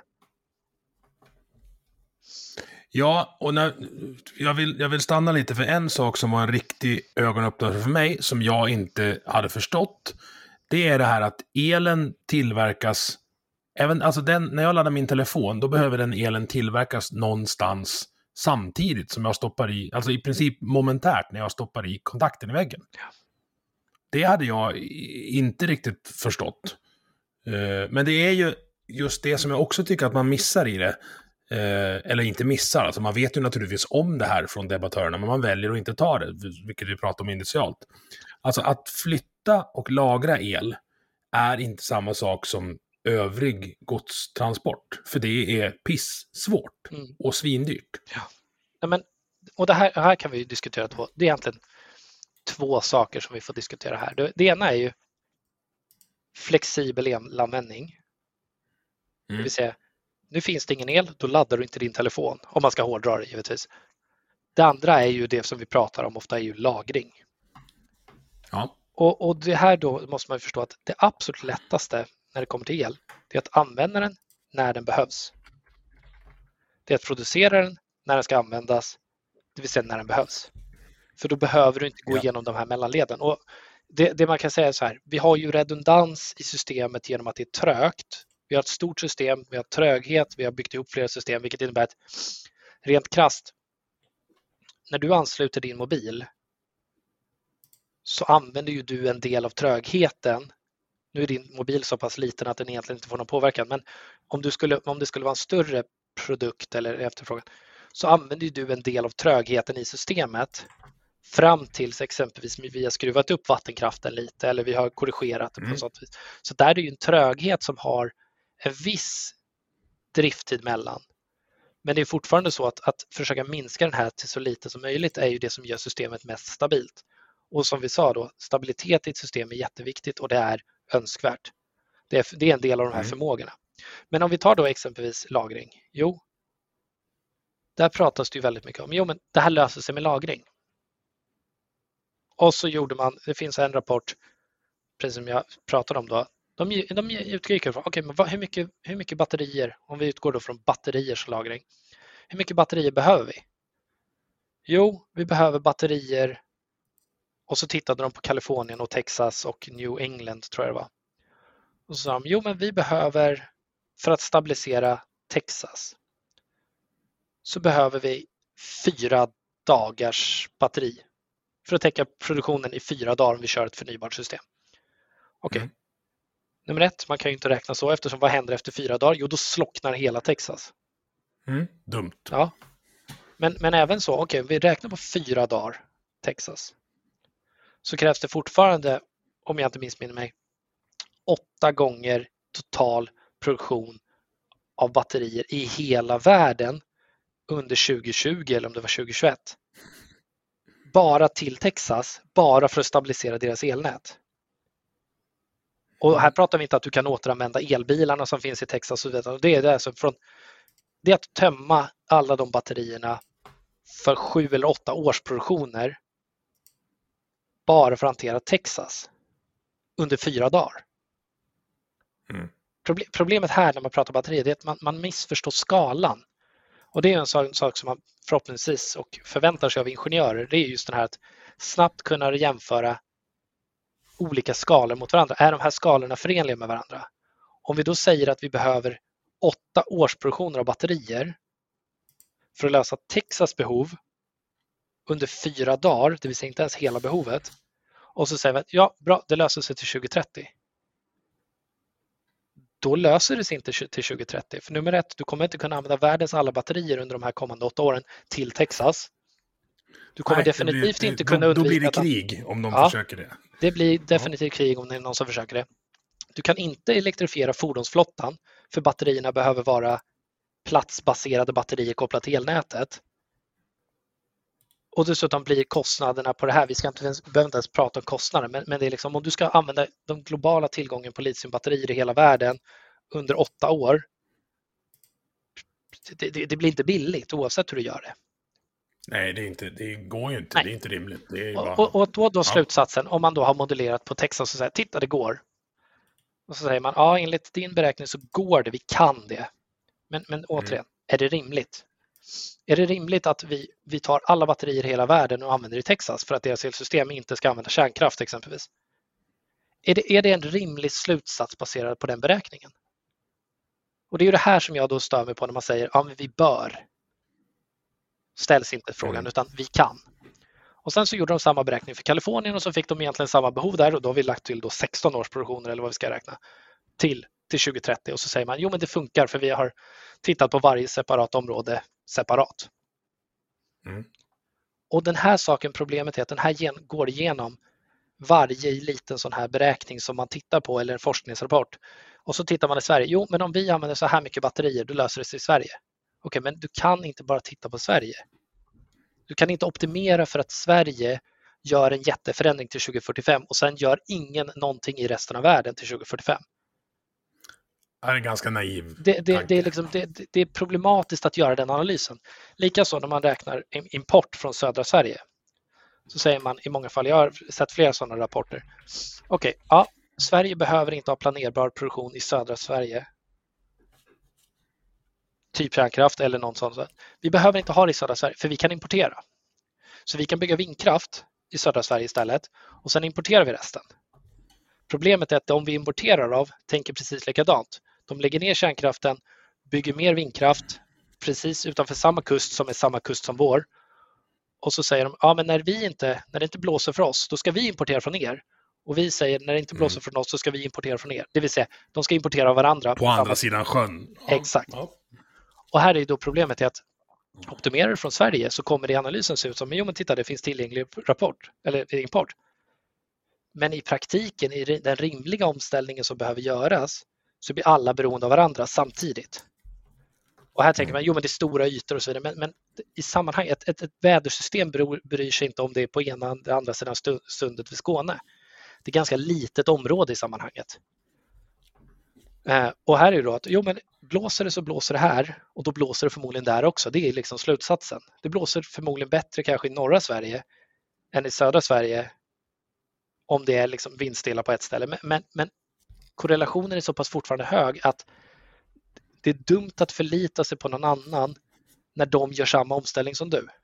E: Ja, och jag vill stanna lite för en sak som var en riktig ögonöppnare för mig som jag inte hade förstått. Det är det här att elen tillverkas, när jag laddar min telefon, då behöver den elen tillverkas någonstans samtidigt som jag stoppar i, alltså i princip momentärt när jag stoppar i kontakten i väggen. Ja. Det hade jag inte riktigt förstått. Men det är ju just det som jag också tycker att man missar i det. eller inte missar. Alltså man vet ju naturligtvis om det här från debattörerna, men man väljer att inte ta det, vilket vi pratade om initialt. Alltså att flytta och lagra el är inte samma sak som övrig godstransport, för det är pissvårt och svindyrt.
F: Ja, men, och det här kan vi ju diskutera två. Det är egentligen två saker som vi får diskutera här. Det ena är ju flexibel elanvändning. Det vill säga, nu finns det ingen el, då laddar du inte din telefon, om man ska hårdra det givetvis. Det andra är ju det som vi pratar om ofta, är ju lagring.
E: Ja.
F: Och det här då måste man ju förstå att det absolut lättaste när det kommer till el, det är att använda den när den behövs. Det är att producera den när den ska användas, det vill säga när den behövs. För då behöver du inte gå igenom de här mellanleden. Och det man kan säga är så här, vi har ju redundans i systemet genom att det är trögt. Vi har ett stort system, vi har tröghet, vi har byggt ihop flera system, vilket innebär att rent krasst, när du ansluter din mobil så använder ju du en del av trögheten. Nu är din mobil så pass liten att den egentligen inte får någon påverkan, men om det skulle vara en större produkt eller efterfrågan, så använder du en del av trögheten i systemet fram tills exempelvis vi har skruvat upp vattenkraften lite eller vi har korrigerat det på sånt vis. Så där är det ju en tröghet som har en viss drifttid mellan. Men det är fortfarande så att försöka minska den här till så lite som möjligt är ju det som gör systemet mest stabilt. Och som vi sa då, stabilitet i ett system är jätteviktigt och det är önskvärt. Det är en del av de här förmågorna. Men om vi tar då exempelvis lagring. Jo, där pratas det ju väldigt mycket om. Men det här löser sig med lagring. Och så gjorde man, det finns en rapport, precis som jag pratade om då. De utgick från, okej, men hur mycket batterier, om vi utgår då från batteriers lagring. Hur mycket batterier behöver vi? Jo, vi behöver batterier. Och så tittade de på Kalifornien och Texas och New England, tror jag det var. Och så sa de, men vi behöver, för att stabilisera Texas, så behöver vi 4 dagars batteri. För att täcka produktionen i 4 dagar om vi kör ett förnybart system. Okej. Nummer 1, man kan ju inte räkna så, eftersom vad händer efter 4 dagar? Jo, då slocknar hela Texas.
E: Dumt.
F: Ja. Men även så, okej, vi räknar på 4 dagar Texas. Så krävs det fortfarande, om jag inte missminner mig, 8 gånger total produktion av batterier i hela världen under 2020 eller om det var 2021. Bara till Texas, bara för att stabilisera deras elnät. Och här pratar vi inte att du kan återanvända elbilarna som finns i Texas. Det är att tömma alla de batterierna för 7 eller 8 årsproduktioner bara för att hantera Texas under 4 dagar. Problemet här när man pratar batterier är att man missförstår skalan. Och det är en sak som man förhoppningsvis och förväntar sig av ingenjörer. Det är just den här att snabbt kunna jämföra olika skalor mot varandra. Är de här skalorna förenliga med varandra? Om vi då säger att vi behöver 8 årsproduktioner av batterier för att lösa Texas behov under 4 dagar, det vill säga inte ens hela behovet. Och så säger vi att ja, bra, det löser sig till 2030. Då löser det sig inte till 2030. För nummer 1, du kommer inte kunna använda världens alla batterier under de här kommande 8 åren till Texas. Du kommer definitivt inte kunna undvika...
E: Då blir det krig om de försöker det.
F: Det blir definitivt krig om det är någon som försöker det. Du kan inte elektrifiera fordonsflottan för batterierna behöver vara platsbaserade batterier kopplat till elnätet. Och dessutom blir kostnaderna på det här, vi behöver inte ens prata om kostnader, men det är liksom om du ska använda de globala tillgången på litiumbatterier i hela världen under 8 år, det blir inte billigt oavsett hur du gör det.
E: Nej, det går ju inte. Nej. Det är inte rimligt. Det är bara...
F: och då slutsatsen, om man då har modellerat på Texas och säger, titta det går. Och så säger man, ja enligt din beräkning så går det, vi kan det. Men återigen, är det rimligt? Är det rimligt att vi tar alla batterier i hela världen och använder i Texas för att deras elsystem inte ska använda kärnkraft exempelvis? Är det en rimlig slutsats baserad på den beräkningen? Och det är ju det här som jag då stör mig på när man säger, ja men vi bör. Ställs inte frågan utan vi kan. Och sen så gjorde de samma beräkning för Kalifornien och så fick de egentligen samma behov där och då har vi lagt till då 16 års produktioner eller vad vi ska räkna till till 2030 och så säger man men det funkar för vi har tittat på varje separat område separat. Och den här saken, problemet är att den här går igenom varje liten sån här beräkning som man tittar på eller en forskningsrapport. Och så tittar man i Sverige. Men om vi använder så här mycket batterier, då löser det sig i Sverige. Okej, men du kan inte bara titta på Sverige. Du kan inte optimera för att Sverige gör en jätteförändring till 2045 och sen gör ingen någonting i resten av världen till 2045.
E: Det är ganska naiv.
F: Det är problematiskt att göra den analysen. Likaså när man räknar import från södra Sverige. Så säger man i många fall, jag har sett flera sådana rapporter. Okej, Sverige behöver inte ha planerbar produktion i södra Sverige. Typ kärnkraft eller något sånt. Vi behöver inte ha det i södra Sverige för vi kan importera. Så vi kan bygga vindkraft i södra Sverige istället och sen importerar vi resten. Problemet är att de vi importerar av tänker precis likadant. De lägger ner kärnkraften, bygger mer vindkraft precis utanför samma kust som är samma kust som vår. Och så säger de, men när det inte blåser för oss, då ska vi importera från er. Och vi säger, när det inte blåser från oss, så ska vi importera från er. Det vill säga, de ska importera av varandra.
E: På andra sidan sjön.
F: Ja. Exakt. Ja. Och här är då problemet är att optimerar du från Sverige så kommer det i analysen se ut som, men titta, det finns tillgänglig rapport eller import. Men i praktiken, i den rimliga omställningen som behöver göras, så blir alla beroende av varandra samtidigt. Och här tänker man, men det är stora ytor och så vidare. Men i sammanhanget, ett vädersystem bryr sig inte om det är på ena eller andra sidan sundet vid Skåne. Det är ganska litet område i sammanhanget. Och här är det då att, blåser det så blåser det här och då blåser det förmodligen där också. Det är liksom slutsatsen. Det blåser förmodligen bättre kanske i norra Sverige än i södra Sverige om det är liksom vindstilla på ett ställe. Men korrelationen är så pass fortfarande hög att det är dumt att förlita sig på någon annan när de gör samma omställning som du.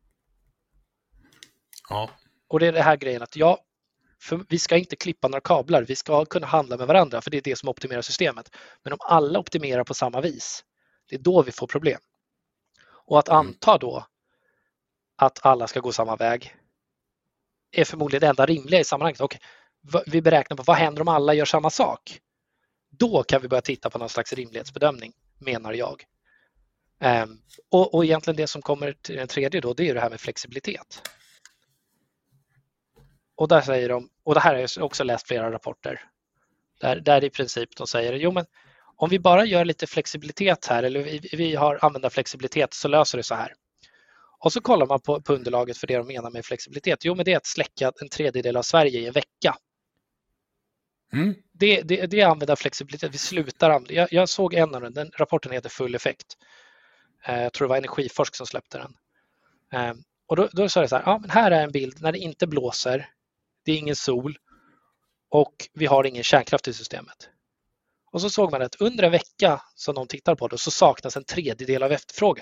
E: Ja.
F: Och det är det här grejen att för vi ska inte klippa några kablar, vi ska kunna handla med varandra för det är det som optimerar systemet. Men om alla optimerar på samma vis, det är då vi får problem. Och att anta då att alla ska gå samma väg är förmodligen det enda rimliga i sammanhanget. Och vi beräknar på vad händer om alla gör samma sak. Då kan vi börja titta på någon slags rimlighetsbedömning, menar jag. Och egentligen det som kommer till den tredje då, det är det här med flexibilitet. Och där säger de, och det här har jag också läst flera rapporter, där i princip de säger, men om vi bara gör lite flexibilitet här, eller vi har använder flexibilitet så löser det så här. Och så kollar man på underlaget för det de menar med flexibilitet. Men det är att släcka en tredjedel av Sverige i en vecka. Det är använda flexibilitet. Vi slutar använda. Jag såg en av den rapporten heter Full effekt. Jag tror det var Energiforsk som släppte den. Och då sa det så här, men här är en bild när det inte blåser, det är ingen sol och vi har ingen kärnkraft i systemet. Och så såg man att under en vecka som de tittar på det så saknas en tredjedel av efterfrågan.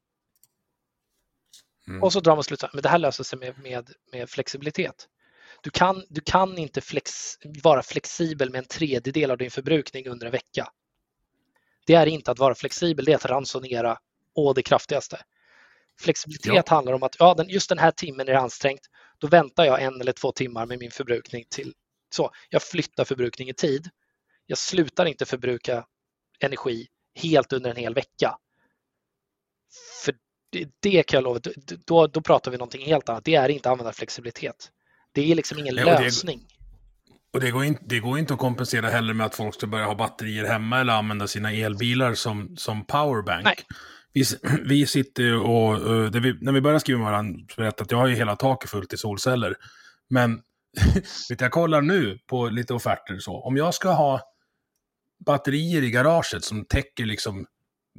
F: Och så drar man slutsatsen, men det här löser sig med flexibilitet. Du kan inte vara flexibel med en tredjedel av din förbrukning under en vecka. Det är inte att vara flexibel, det är att ransonera det kraftigaste. Flexibilitet handlar om att just den här timmen är ansträngt, då väntar jag 1 eller 2 timmar med min förbrukning till så. Jag flyttar förbrukning i tid. Jag slutar inte förbruka energi helt under en hel vecka. För det kan jag lova, då pratar vi någonting helt annat. Det är inte använda flexibilitet. Det är liksom ingen lösning.
E: Och det går inte att kompensera heller med att folk ska börja ha batterier hemma eller använda sina elbilar som powerbank. Nej. Vi sitter och när vi börjar skriva med varandra berättar att jag har ju hela taket fullt i solceller. Men jag kollar nu på lite offerter så. Om jag ska ha batterier i garaget som täcker liksom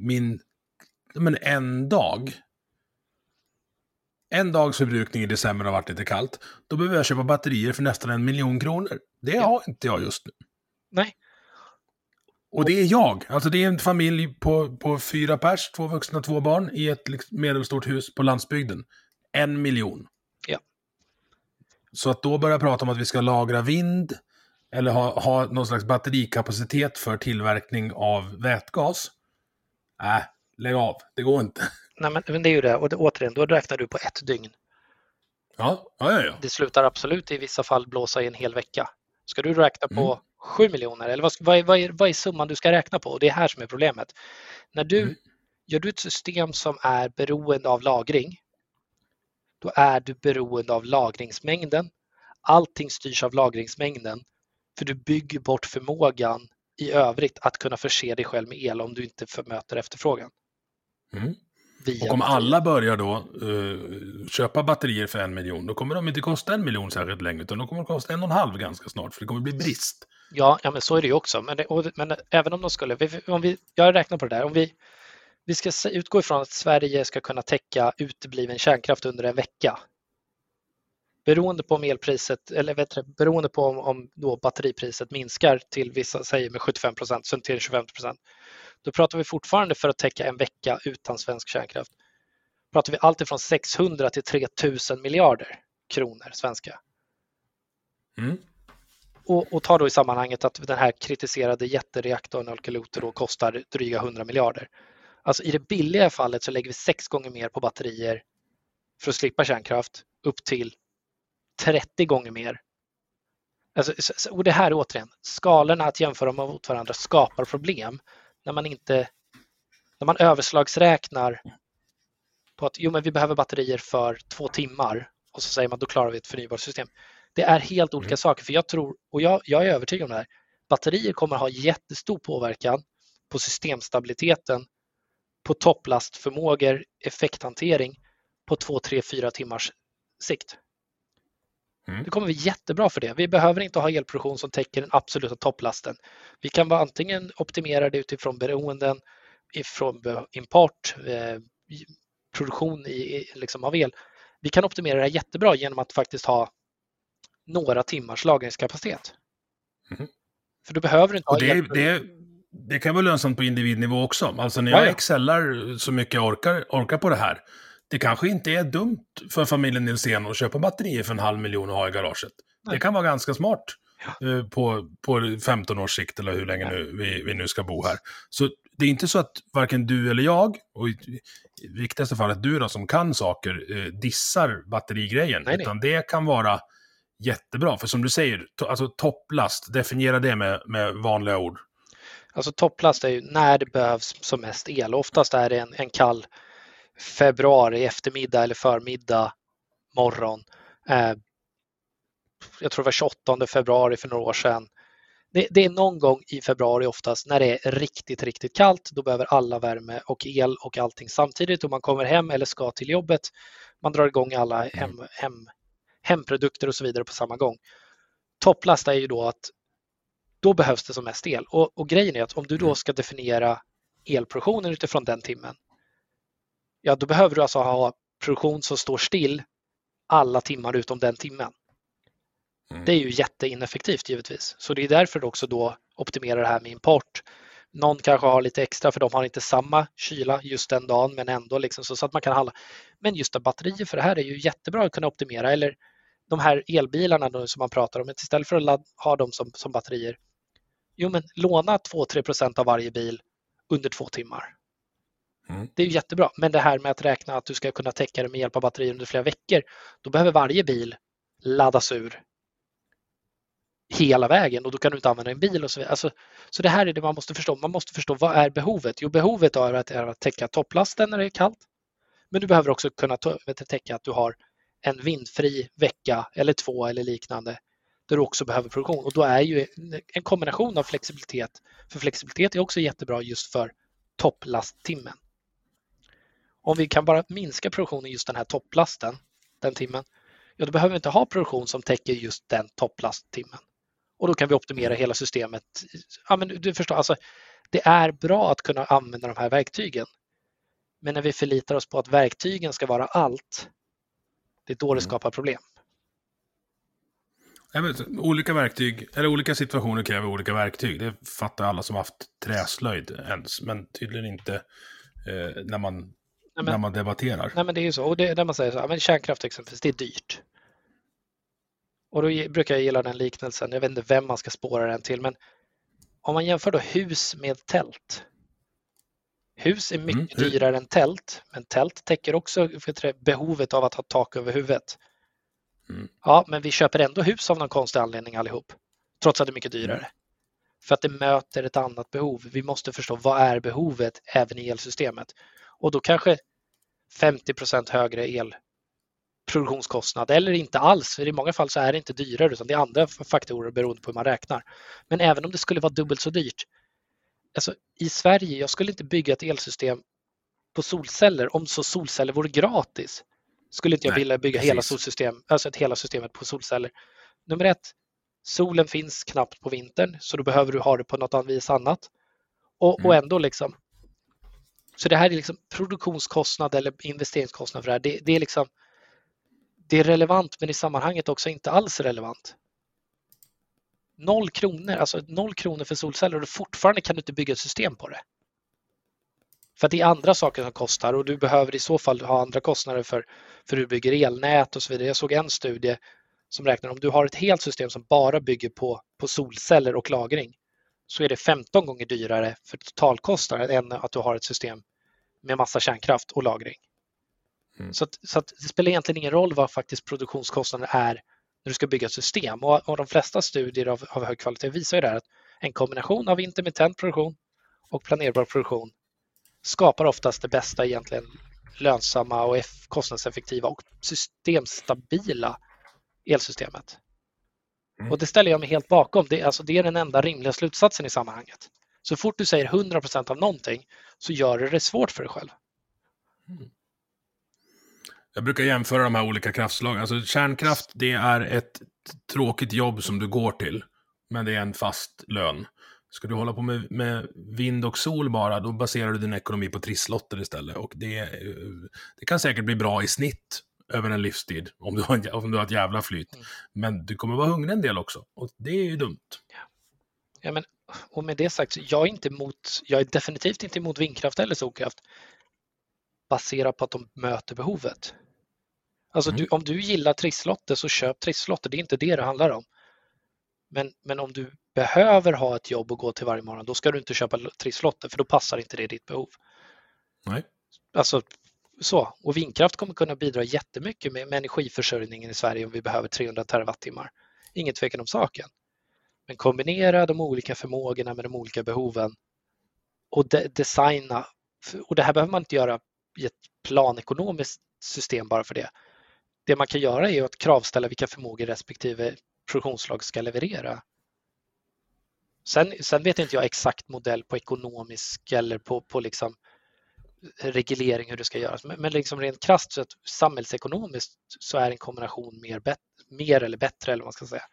E: en dags förbrukning i december har varit lite kallt, då behöver jag köpa batterier för nästan 1 miljon kronor. Det har inte jag just nu.
F: Nej.
E: Och det är jag. Alltså det är en familj på 4 pers, 2 vuxna, 2 barn i ett medelstort hus på landsbygden. 1 miljon.
F: Ja.
E: Så att då börja prata om att vi ska lagra vind eller ha någon slags batterikapacitet för tillverkning av vätgas. Lägg av. Det går inte.
F: Nej, men det är ju det. Och återigen, då räknar du på 1 dygn.
E: Ja.
F: Det slutar absolut i vissa fall blåsa i en hel vecka. Ska du räkna på 7 miljoner? Eller vad är summan du ska räkna på? Och det är här som är problemet. När gör du ett system som är beroende av lagring, då är du beroende av lagringsmängden. Allting styrs av lagringsmängden, för du bygger bort förmågan i övrigt att kunna förse dig själv med el om du inte möter efterfrågan.
E: Och om alla börjar då köpa batterier för 1 miljon, då kommer de inte kosta 1 miljon särskilt länge, utan de kommer att kosta 1,5 ganska snart, för det kommer bli brist.
F: Ja, men så är det ju också. Men även om de skulle, jag räknar på det där, om vi ska utgå ifrån att Sverige ska kunna täcka utebliven kärnkraft under en vecka. Beroende på om elpriset, eller beroende på om då batteripriset minskar till vissa säger med 75%, sen till 25%. Då pratar vi fortfarande för att täcka en vecka utan svensk kärnkraft. Pratar vi allt ifrån 600 till 3000 miljarder kronor svenska. Och ta då i sammanhanget att den här kritiserade jättereaktorn Olkiluoto då kostar dryga 100 miljarder. Alltså i det billiga fallet så lägger vi 6 gånger mer på batterier för att slippa kärnkraft, upp till 30 gånger mer. Alltså, och det här återigen, skalorna att jämföra mot varandra skapar problem när man överslagsräknar på att men vi behöver batterier för 2 timmar och så säger man då klarar vi ett förnybart system. Det är helt olika saker, för jag tror, och jag är övertygad om det här, batterier kommer att ha jättestor påverkan på systemstabiliteten, på topplastförmågor, effekthantering på 2, 3, 4 timmars sikt. Det kommer bli jättebra för det. Vi behöver inte ha elproduktion som täcker den absoluta topplasten. Vi kan vara antingen optimera det utifrån beroenden, ifrån import, produktion liksom av el. Vi kan optimera det här jättebra genom att faktiskt ha några timmars lagringskapacitet. För du behöver inte ha
E: det kan vara lönsamt på individnivå också. Alltså när jag excellar så mycket jag orkar på det här, det kanske inte är dumt för familjen Nilsén att köpa batterier för 500 000 och ha i garaget. Nej. Det kan vara ganska smart på 15 års sikt eller hur länge vi nu ska bo här. Så det är inte så att varken du eller jag, och i viktigaste fallet du då som kan saker, dissar batterigrejen. Nej. Utan det kan vara jättebra. För som du säger, alltså topplast, definiera det med vanliga ord.
F: Alltså topplast är ju när det behövs som mest el. Oftast är det en kall februari eftermiddag eller förmiddag, morgon. Jag tror det var 28 februari för några år sedan. Det är någon gång i februari oftast när det är riktigt, riktigt kallt. Då behöver alla värme och el och allting samtidigt. Och man kommer hem eller ska till jobbet. Man drar igång alla hemprodukter och så vidare på samma gång. Topplast är ju då att då behövs det som mest el. Och grejen är att om du då ska definiera elproduktionen utifrån den timmen, ja, då behöver du alltså ha produktion som står still alla timmar utom den timmen. Det är ju jätteineffektivt givetvis. Så det är därför du också då optimerar det här med import. Någon kanske har lite extra för de har inte samma kyla just den dagen, men ändå liksom så att man kan handla. Men just batterier för det här är ju jättebra att kunna optimera. Eller de här elbilarna då, som man pratar om, istället för att ha dem som batterier. Jo, men låna 2-3% av varje bil under 2 timmar. Det är ju jättebra. Men det här med att räkna att du ska kunna täcka det med hjälp av batterier under flera veckor, då behöver varje bil laddas ur hela vägen och då kan du inte använda en bil och så vidare. Alltså, så det här är det man måste förstå. Man måste förstå vad är behovet? Jo, behovet är att täcka topplasten när det är kallt. Men du behöver också kunna täcka att du har en vindfri vecka eller 2 eller liknande där du också behöver produktion. Och då är ju en kombination av flexibilitet. För flexibilitet är också jättebra just för topplasttimmen. Om vi kan bara minska produktionen just den här topplasten, den timmen, ja, då behöver vi inte ha produktion som täcker just den topplasttimmen. Och då kan vi optimera hela systemet. Ja, men du förstår, alltså, det är bra att kunna använda de här verktygen. Men när vi förlitar oss på att verktygen ska vara allt, det är då det skapar problem.
E: Jag vet, olika verktyg, eller olika situationer kräver olika verktyg. Det fattar alla som haft träslöjd ens, men tydligen inte när man debatterar. Nej,
F: men det är ju så. Och när man säger så, men kärnkraft exempelvis, det är dyrt. Och då brukar jag gilla den liknelsen. Jag vet inte vem man ska spåra den till, men om man jämför då hus med tält. Hus är mycket dyrare än tält, men tält täcker också behovet av att ha tak över huvudet. Ja, men vi köper ändå hus av någon konstig anledning allihop, trots att det är mycket dyrare. För att det möter ett annat behov. Vi måste förstå vad är behovet även i elsystemet. Och då kanske 50% högre elproduktionskostnad eller inte alls. För i många fall så är det inte dyrare utan det är andra faktorer beroende på hur man räknar. Men även om det skulle vara dubbelt så dyrt. Alltså, i Sverige, jag skulle inte bygga ett elsystem på solceller om så solceller vore gratis. Skulle inte jag vilja bygga hela solsystem, alltså hela systemet på solceller. Nummer 1, solen finns knappt på vintern så då behöver du ha det på något vis annat. Och ändå liksom. Så det här är liksom produktionskostnad eller investeringskostnad för det här. Det är liksom, det är relevant men i sammanhanget också inte alls relevant. 0 kronor, alltså 0 kronor för solceller och fortfarande kan du inte bygga ett system på det. För att det är andra saker som kostar och du behöver i så fall ha andra kostnader för hur du bygger elnät och så vidare. Jag såg en studie som räknar om du har ett helt system som bara bygger på solceller och lagring så är det 15 gånger dyrare för totalkostnaden än att du har ett system med massa kärnkraft och lagring. Så att det spelar egentligen ingen roll vad faktiskt produktionskostnaden är när du ska bygga ett system. Och de flesta studier av hög kvalitet visar ju det här att en kombination av intermittent produktion och planerbar produktion skapar oftast det bästa egentligen lönsamma och kostnadseffektiva och systemstabila elsystemet. Och det ställer jag mig helt bakom. Det är den enda rimliga slutsatsen i sammanhanget. Så fort du säger 100% av någonting så gör det svårt för dig själv.
E: Jag brukar jämföra de här olika kraftslagen. Alltså kärnkraft, det är ett tråkigt jobb som du går till. Men det är en fast lön. Ska du hålla på med vind och sol bara, då baserar du din ekonomi på trisslotter istället. Och det kan säkert bli bra i snitt över en livstid om du har ett jävla flyt. Men du kommer vara hungrig en del också. Och det är ju dumt.
F: Ja, men, och med det sagt, så jag är definitivt inte emot vindkraft eller solkraft baserat på att de möter behovet. Alltså om du gillar trisslotter så köp trisslotter. Det är inte det handlar om. Men om du behöver ha ett jobb och gå till varje morgon, då ska du inte köpa trisslotter för då passar inte det ditt behov.
E: Nej.
F: Alltså så. Och vindkraft kommer kunna bidra jättemycket med energiförsörjningen i Sverige om vi behöver 300 terawattimmar. Inget tvekan om saken. Men kombinera de olika förmågorna med de olika behoven och designa. Och det här behöver man inte göra i ett planekonomiskt system bara för det. Det man kan göra är att kravställa vilka förmågor respektive produktionsslag ska leverera. Sen vet inte jag exakt modell på ekonomisk eller på liksom reglering hur det ska göras. Men liksom rent krasst så att samhällsekonomiskt så är en kombination mer eller bättre eller vad man ska säga.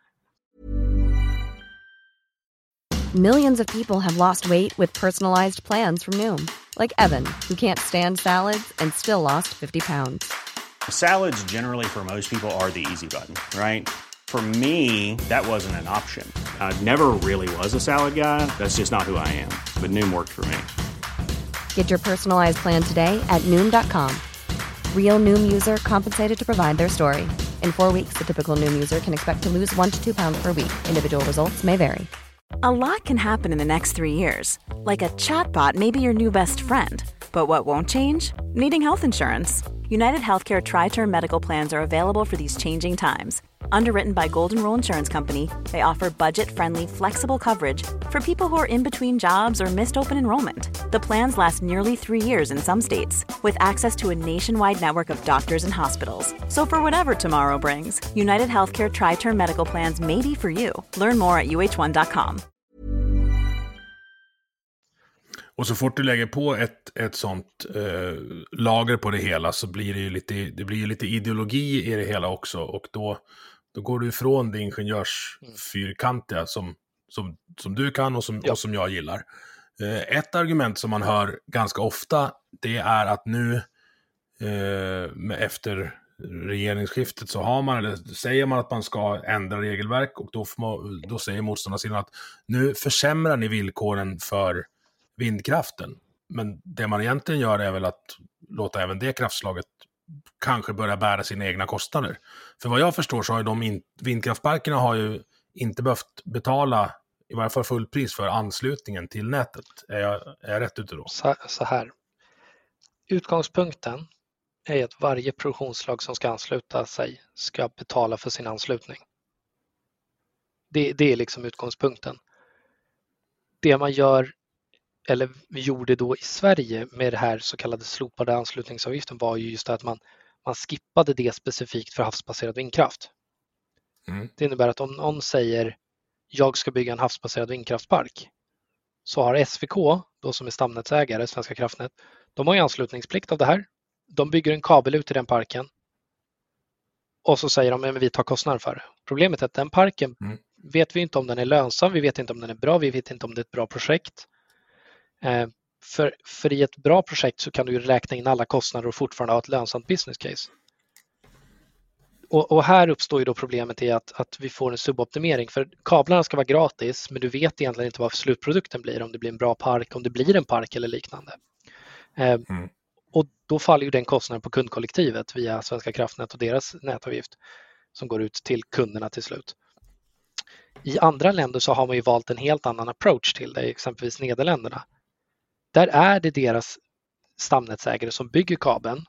G: Millions of people have lost weight with personalized plans from Noom. Like Evan, who can't stand salads and still lost 50 pounds.
H: Salads generally for most people are the easy button, right? For me, that wasn't an option. I never really was a salad guy. That's just not who I am. But Noom worked for me.
G: Get your personalized plan today at Noom.com. Real Noom user compensated to provide their story. In 4 weeks, the typical Noom user can expect to lose 1 to 2 pounds per week. Individual results may vary.
I: A lot can happen in the next 3 years. Like a chatbot may be your new best friend. But what won't change? Needing health insurance. United Healthcare Tri-Term Medical Plans are available for these changing times. Underwritten by Golden Rule Insurance Company, they offer budget-friendly, flexible coverage for people who are in between jobs or missed open enrollment. The plans last nearly 3 years in some states, with access to a nationwide network of doctors and hospitals. So for whatever tomorrow brings, United Healthcare Tri-Term Medical Plans may be for you. Learn more at uh1.com.
E: Och så fort du lägger på ett sånt lager på det hela så blir det blir lite ideologi i det hela också. Och då går du ifrån det ingenjörsfyrkantiga som du kan och som jag gillar. Ett argument som man hör ganska ofta, det är att nu efter regeringsskiftet så säger man att man ska ändra regelverk och då säger motståndarsidan att nu försämrar ni villkoren för vindkraften. Men det man egentligen gör är väl att låta även det kraftslaget kanske börja bära sina egna kostnader. För vad jag förstår så har vindkraftparkerna har ju inte behövt betala i varje fall fullpris för anslutningen till nätet. Är jag rätt ute då?
F: Så här. Utgångspunkten är att varje produktionsslag som ska ansluta sig ska betala för sin anslutning. Det är liksom utgångspunkten. det man gör, eller gjorde då i Sverige med det här så kallade slopade anslutningsavgiften, var ju just att man skippade det specifikt för havsbaserad vindkraft. Det innebär att om någon säger jag ska bygga en havsbaserad vindkraftpark, så har SVK, då som är stamnätsägare, Svenska kraftnät, de har ju anslutningsplikt av det här. De bygger en kabel ut i den parken och så säger de att vi tar kostnader för det. Problemet är att den parken vet vi inte om den är lönsam, vi vet inte om den är bra, vi vet inte om det är ett bra projekt. För i ett bra projekt så kan du räkna in alla kostnader och fortfarande ha ett lönsamt business case. Och här uppstår ju då problemet i att vi får en suboptimering, för kablarna ska vara gratis, men du vet egentligen inte vad slutprodukten blir, om det blir en bra park, om det blir en park eller liknande. Och då faller ju den kostnaden på kundkollektivet via Svenska kraftnät och deras nätavgift som går ut till kunderna till slut. I andra länder så har man ju valt en helt annan approach till det, exempelvis Nederländerna. Där är det deras stamnätsägare som bygger kabeln.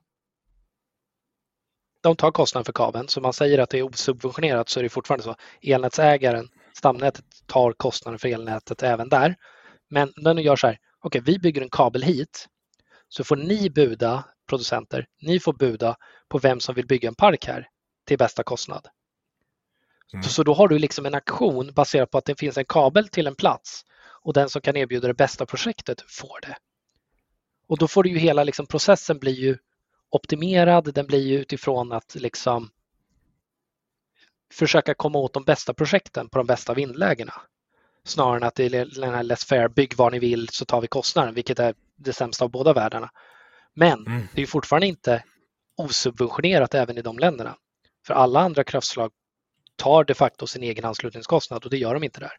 F: De tar kostnaden för kabeln, så man säger att det är osubventionerat, så är det fortfarande så. Elnätsägaren, stamnätet, tar kostnaden för elnätet även där. Men den gör så här, okej, vi bygger en kabel hit, så får ni buda, producenter, ni får buda på vem som vill bygga en park här till bästa kostnad. Så då har du liksom en auktion baserat på att det finns en kabel till en plats och den som kan erbjuda det bästa projektet får det. Och då får du ju hela liksom, processen blir ju optimerad, den blir ju utifrån att liksom försöka komma åt de bästa projekten på de bästa vindlägena. Snarare än att det är den här less fair, bygg vad ni vill så tar vi kostnaden, vilket är det sämsta av båda världarna. Men det är ju fortfarande inte osubventionerat även i de länderna. För alla andra kraftslag tar de facto sin egen anslutningskostnad och det gör de inte där.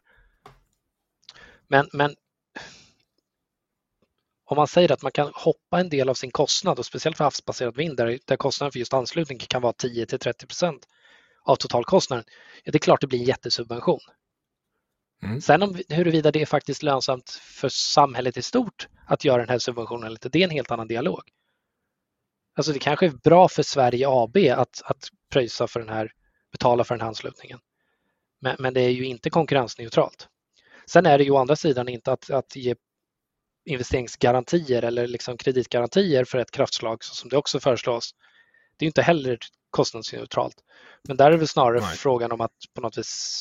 F: Men om man säger att man kan hoppa en del av sin kostnad, och speciellt för havsbaserad vind där kostnaden för just anslutning kan vara 10-30% av totalkostnaden, ja, det är klart det blir en jättesubvention. Sen om huruvida det är faktiskt lönsamt för samhället i stort att göra den här subventionen eller inte, det är en helt annan dialog. Alltså det kanske är bra för Sverige AB att pröjsa för den här, betala för den här anslutningen. Men det är ju inte konkurrensneutralt. Sen är det ju å andra sidan inte att ge investeringsgarantier eller liksom kreditgarantier för ett kraftslag som det också föreslås. Det är inte heller kostnadsneutralt. Men där är det snarare frågan om att på något vis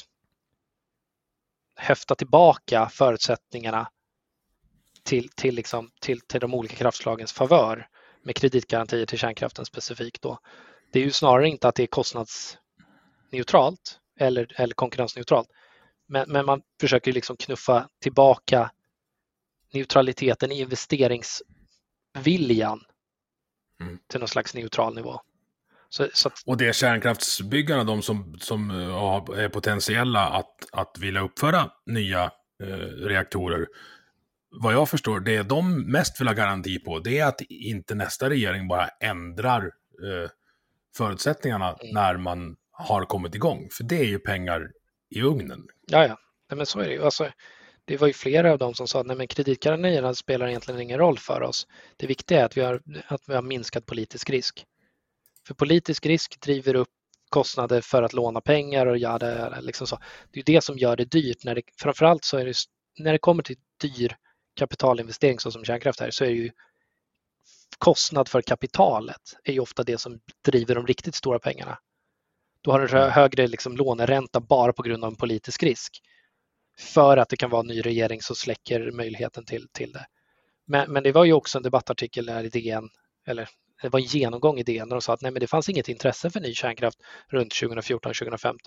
F: höfta tillbaka förutsättningarna till de olika kraftslagens favör med kreditgarantier till kärnkraften specifikt då. Det är ju snarare inte att det är kostnadsneutralt eller konkurrensneutralt. Men man försöker liksom knuffa tillbaka neutraliteten i investeringsviljan till någon slags neutral nivå. Så att...
E: Och det är kärnkraftsbyggarna, de som är potentiella att vilja uppföra nya reaktorer. Vad jag förstår, det de mest vill ha garanti på, det är att inte nästa regering bara ändrar förutsättningarna när man har kommit igång. För det är ju pengar i ugnen.
F: Ja. Nej, men så är det ju. Alltså, det var ju flera av dem som sa att kreditgarantierna spelar egentligen ingen roll för oss. Det viktiga är att vi har minskat politisk risk. För politisk risk driver upp kostnader för att låna pengar och liksom så. Det är det som gör det dyrt. Framförallt så är det när det kommer till dyr kapitalinvestering som kärnkraft här, så är det ju kostnad för kapitalet är ju ofta det som driver de riktigt stora pengarna. Då har du högre liksom låneränta bara på grund av en politisk risk. För att det kan vara en ny regering som släcker möjligheten till det. Men det var ju också en debattartikel där i DN, eller det var en genomgång i DN där de sa att det fanns inget intresse för ny kärnkraft runt 2014-2015.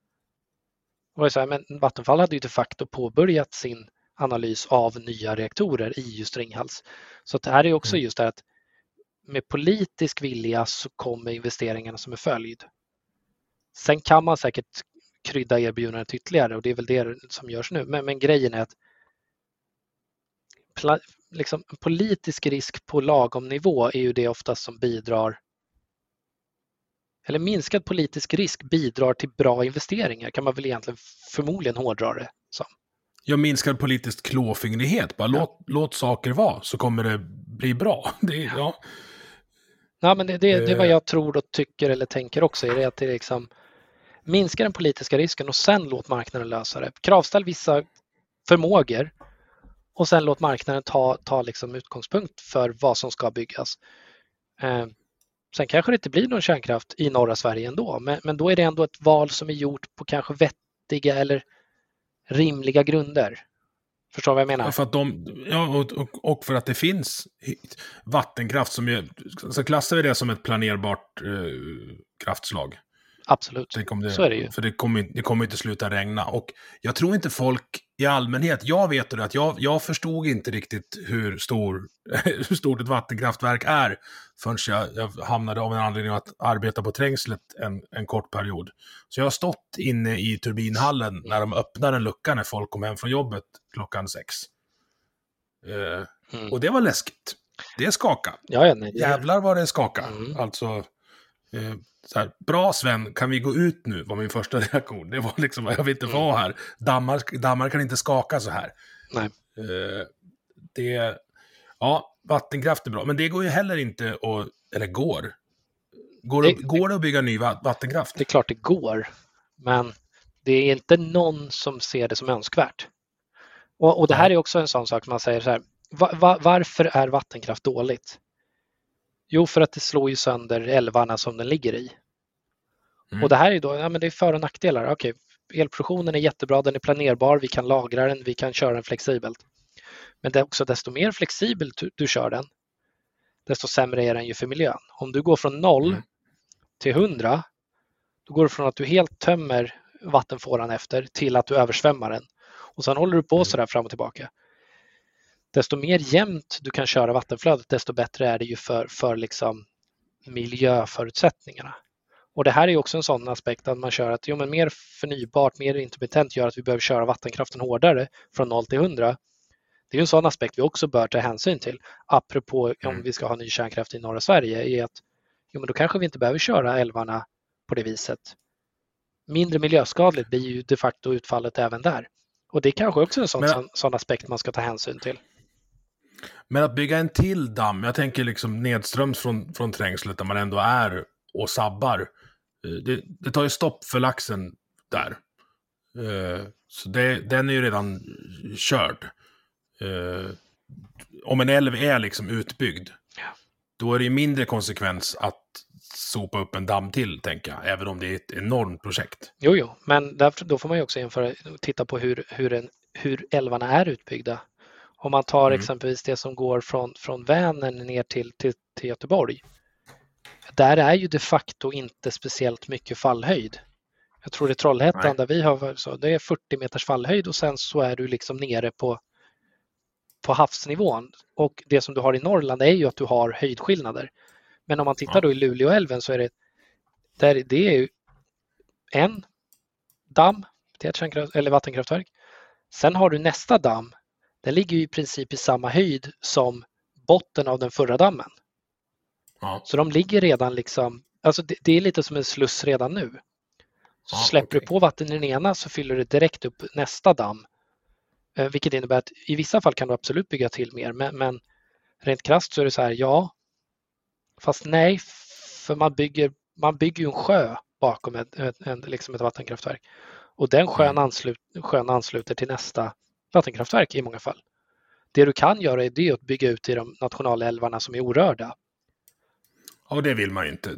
F: Men Vattenfall hade ju de facto påbörjat sin analys av nya reaktorer i just Ringhals. Så det här är också just det att med politisk vilja så kommer investeringarna som är följd. Sen kan man säkert krydda erbjudandet ytterligare och det är väl det som görs nu. Men grejen är att liksom, politisk risk på lagom nivå är ju det oftast som bidrar, eller minskad politisk risk bidrar till bra investeringar, kan man väl egentligen förmodligen hårdra det som.
E: Ja, minskad politisk klåfingrighet. Bara låt saker vara så kommer det bli bra.
F: Ja, men det är vad jag tror och tycker eller tänker också. Är det att det liksom minskar den politiska risken och sen låt marknaden lösa det. Kravställ vissa förmågor Och sen låt marknaden ta liksom utgångspunkt för vad som ska byggas. Sen kanske det inte blir någon kärnkraft i norra Sverige ändå, men då är det ändå ett val som är gjort på kanske vettiga eller rimliga grunder. Förstår du vad jag menar?
E: För att och för att det finns vattenkraft som är, så klassar vi det som ett planerbart kraftslag.
F: Absolut, så är det ju.
E: För det kommer inte sluta regna. Och jag tror inte folk i allmänhet, jag vet det att jag förstod inte riktigt hur stort ett vattenkraftverk är förrän jag hamnade av en anledning att arbeta på Trängslet en kort period. Så jag har stått inne i turbinhallen när de öppnar en lucka när folk kom hem från jobbet klockan 6. Och det var läskigt. Det skakade. Jävlar vad det skakade. Alltså... så här, bra Sven, kan vi gå ut nu? Var min första reaktion. Det var liksom, jag vill inte vara här. Dammar kan inte skaka så här.
F: Nej.
E: Vattenkraft är bra. Men det går ju heller inte går det att bygga ny vattenkraft?
F: Det är klart det går. Men det är inte någon som ser det som önskvärt. Och det här är också en sån sak man säger så här. Varför är vattenkraft dåligt? Jo, för att det slår ju sönder älvarna som den ligger i. Och det här är då, men det är för- och nackdelar. Okej, elproduktionen är jättebra, den är planerbar, vi kan lagra den, vi kan köra den flexibelt. Men det är också desto mer flexibelt du kör den, desto sämre är den ju för miljön. Om du går från 0 till 100, då går du från att du helt tömmer vattenfåran efter till att du översvämmar den. Och sen håller du på så där fram och tillbaka. Desto mer jämnt du kan köra vattenflödet, desto bättre är det ju för liksom miljöförutsättningarna. Och det här är också en sån aspekt att man kör att men mer förnybart, mer intermittent gör att vi behöver köra vattenkraften hårdare från 0 till 100. Det är ju en sån aspekt vi också bör ta hänsyn till. Apropå om vi ska ha ny kärnkraft i norra Sverige är att men då kanske vi inte behöver köra älvarna på det viset. Mindre miljöskadligt blir ju de facto utfallet även där. Och det är kanske också en sån aspekt man ska ta hänsyn till.
E: Men att bygga en till damm, jag tänker liksom nedströms från Trängslet där man ändå är och sabbar. Det tar ju stopp för laxen där. Så den är ju redan körd. Om en älv är liksom utbyggd, då är det mindre konsekvens att sopa upp en damm till, tänker jag. Även om det är ett enormt projekt.
F: Jo, men då får man ju också titta på hur älvarna är utbyggda. Om man tar exempelvis det som går från Vänern ner till Göteborg. Där är ju de facto inte speciellt mycket fallhöjd. Jag tror det är Trollhättan där vi har så det är 40 meters fallhöjd och sen så är du liksom nere på havsnivån. Och det som du har i Norrland är ju att du har höjdskillnader. Men om man tittar då i Luleåälven så är det är ju en damm till ett vattenkraftverk. Sen har du nästa damm. Den ligger ju i princip i samma höjd som botten av den förra dammen. Ja. Så de ligger redan liksom, alltså det är lite som en sluss redan nu. Så släpper du på vatten i den ena så fyller det direkt upp nästa damm. Vilket innebär att i vissa fall kan du absolut bygga till mer. Men rent krasst så är det så här, fast nej, för man bygger ju en sjö bakom ett vattenkraftverk. Och den sjön ansluter till nästa vattenkraftverk i många fall. Det du kan göra är det att bygga ut i de nationalälvarna som är orörda.
E: Och det vill man inte.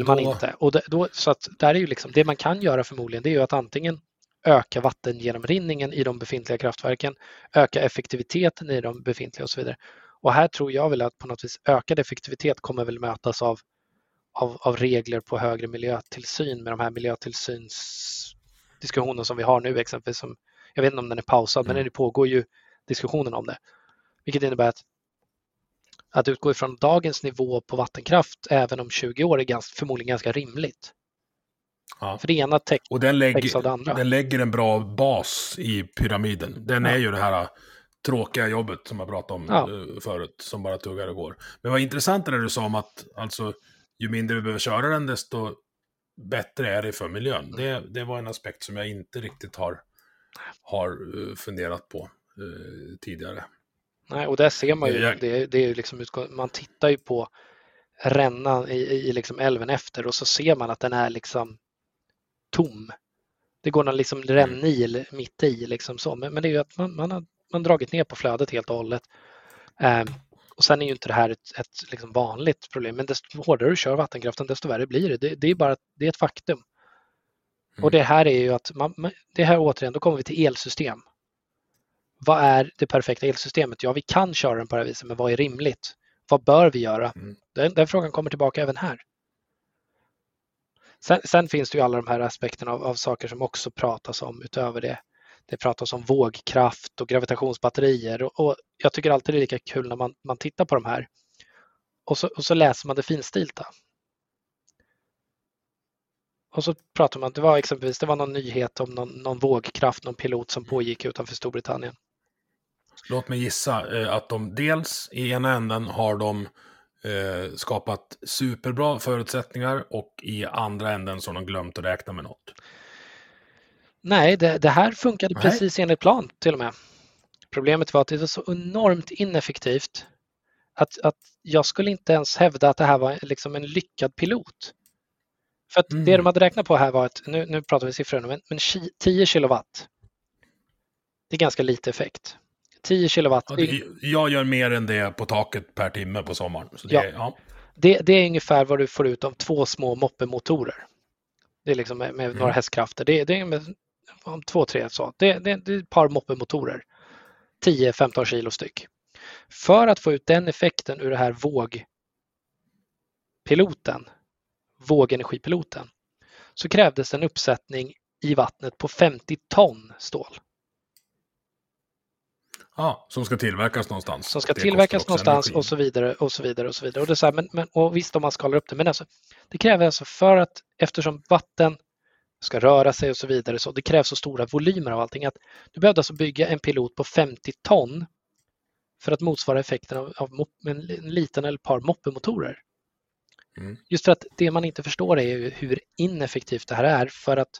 F: Så att där är ju liksom, det man kan göra förmodligen det är ju att antingen öka vattengenomrinningen i de befintliga kraftverken, öka effektiviteten i de befintliga och så vidare. Och här tror jag väl att på något vis ökad effektivitet kommer väl mötas av regler på högre miljötillsyn med de här miljötillsynsdiskussionerna som vi har nu exempelvis. Jag vet inte om den är pausad men det pågår ju diskussionen om det. Vilket innebär att utgå ifrån dagens nivå på vattenkraft även om 20 år är förmodligen ganska rimligt. Ja. För det ena
E: och täcks av det andra. Den lägger en bra bas i pyramiden. Den är ju det här tråkiga jobbet som jag pratade om förut som bara tuggar och går. Men vad intressant när du sa om att alltså, ju mindre vi behöver köra den desto bättre är det för miljön. Det var en aspekt som jag inte riktigt har funderat på tidigare.
F: Nej, och där ser man ju, det är liksom, man tittar ju på rännan i liksom älven efter och så ser man att den är liksom tom. Det går någon liksom rännil mitt i liksom så, men det är ju att man man dragit ner på flödet helt och hållet. Och sen är ju inte det här ett liksom vanligt problem, men desto hårdare du kör vattenkraften, desto värre blir det. Det är bara det är ett faktum. Och det här är ju att det här återigen, då kommer vi till elsystem. Vad är det perfekta elsystemet? Ja, vi kan köra den på det här viset, men vad är rimligt? Vad bör vi göra? Den frågan kommer tillbaka även här. Sen finns det ju alla de här aspekterna av saker som också pratas om utöver det. Det pratas om vågkraft och gravitationsbatterier och jag tycker alltid det är lika kul när man tittar på de här och så läser man det finstilta. Och så pratar man, det var någon nyhet om någon vågkraft, någon pilot som pågick utanför Storbritannien.
E: Låt mig gissa att de dels i ena änden har de skapat superbra förutsättningar och i andra änden så har de glömt att räkna med något.
F: Nej, det här funkade precis enligt plan till och med. Problemet var att det var så enormt ineffektivt att jag skulle inte ens hävda att det här var liksom en lyckad pilot. För att det de hade räknat på här var att, nu pratar vi siffrorna, men 10 kilowatt, det är ganska lite effekt. 10 kilowatt.
E: Jag gör mer än det på taket per timme på sommaren. Så
F: det är ungefär vad du får ut av 2 små moppemotorer. Det är liksom med några hästkrafter. Det är med 2-3 så. Det är ett par moppemotorer. 10-15 kilo styck. För att få ut den effekten ur det här vågenergipiloten, så krävdes en uppsättning i vattnet på 50 ton stål.
E: Ja, som ska tillverkas någonstans.
F: Som ska tillverkas någonstans och så vidare och så vidare och så vidare. Och det är så här, och visst om man skalar upp det, men alltså, det kräver alltså för att, eftersom vatten ska röra sig och så vidare, så det krävs så stora volymer av allting att du behövde alltså bygga en pilot på 50 ton för att motsvara effekten av en liten eller ett par moppemotorer. Just för att det man inte förstår är hur ineffektivt det här är, för att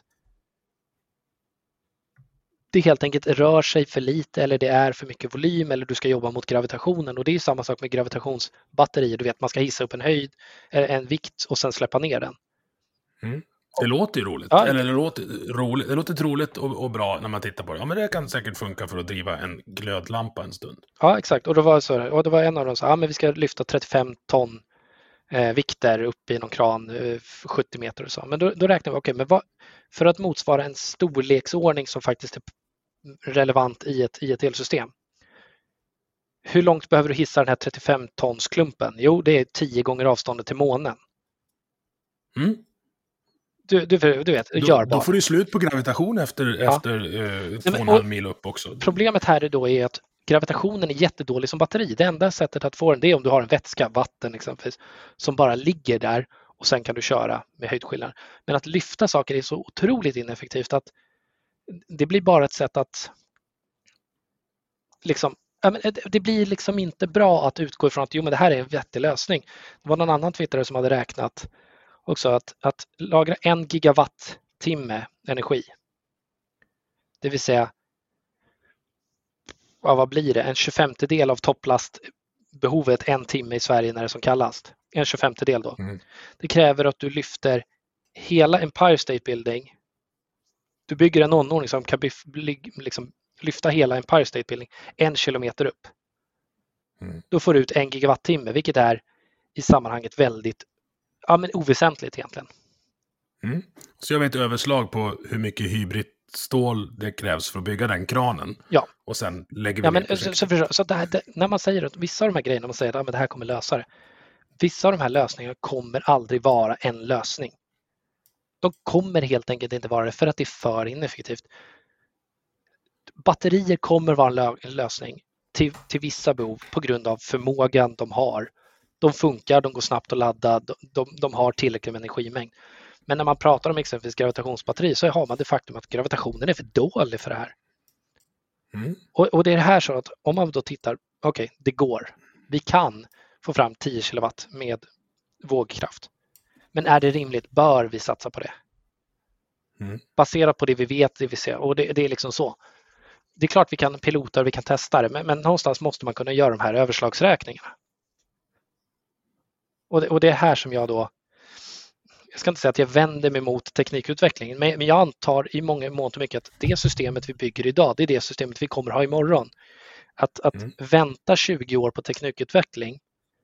F: det helt enkelt rör sig för lite eller det är för mycket volym eller du ska jobba mot gravitationen, och det är samma sak med gravitationsbatterier. Du vet, man ska hissa upp en höjd, en vikt och sen släppa ner den.
E: Det låter ju roligt. Ja. Eller det låter troligt och bra när man tittar på det. Ja, men det kan säkert funka för att driva en glödlampa en stund. Ja,
F: exakt. Och det var en av dem som sa, men vi ska lyfta 35 ton vikter upp i någon kran 70 meter och så. Men då räknar vi, okej, men för att motsvara en storleksordning som faktiskt är relevant i ett elsystem. Hur långt behöver du hissa den här 35 tons klumpen? Jo, det är 10 gånger avståndet till månen. Du vet, gör bara.
E: Då får du slut på gravitation efter 2,5 mil upp också.
F: Problemet här då är att gravitationen är jättedålig som batteri. Det enda sättet att få den, det är om du har en vätska, vatten exempelvis, som bara ligger där och sen kan du köra med höjdskillnad. Men att lyfta saker är så otroligt ineffektivt att det blir bara ett sätt att liksom, det blir liksom inte bra att utgå ifrån att men det här är en vettig lösning. Det var någon annan twittrare som hade räknat också att lagra 1 gigawattimme energi. Det vill säga, vad blir det? En 25-del av topplastbehovet en timme i Sverige när det är som kallast. En 25-del då. Det kräver att du lyfter hela Empire State Building. Du bygger en anordning som kan liksom lyfta hela Empire State Building 1 kilometer upp. Då får du ut 1 gigawattimme, vilket är i sammanhanget väldigt oväsentligt egentligen.
E: Så jag vet överslag på hur mycket hybridstål det krävs för att bygga den kranen.
F: Ja.
E: Och sen lägger vi
F: när man säger att vissa av de här grejerna, man säger att det här kommer lösa det. Vissa av de här lösningarna kommer aldrig vara en lösning. De kommer helt enkelt inte vara det för att det är för ineffektivt. Batterier kommer vara en lösning till vissa behov på grund av förmågan de har. De funkar, de går snabbt att ladda, de har tillräckligt med energimängd. Men när man pratar om exempelvis gravitationsbatteri så har man det faktum att gravitationen är för dålig för det här. Och det är det här så att om man då tittar, det går. Vi kan få fram 10 kilowatt med vågkraft. Men är det rimligt? Bör vi satsa på det? Baserat på det vi vet, det vi ser. Och det är liksom så. Det är klart vi kan pilota och vi kan testa det. Men någonstans måste man kunna göra de här överslagsräkningarna. Och det är här som jag ska inte säga att jag vänder mig mot teknikutvecklingen, men jag antar i mångt och mycket att det systemet vi bygger idag, det är det systemet vi kommer ha imorgon. Att vänta 20 år på teknikutveckling,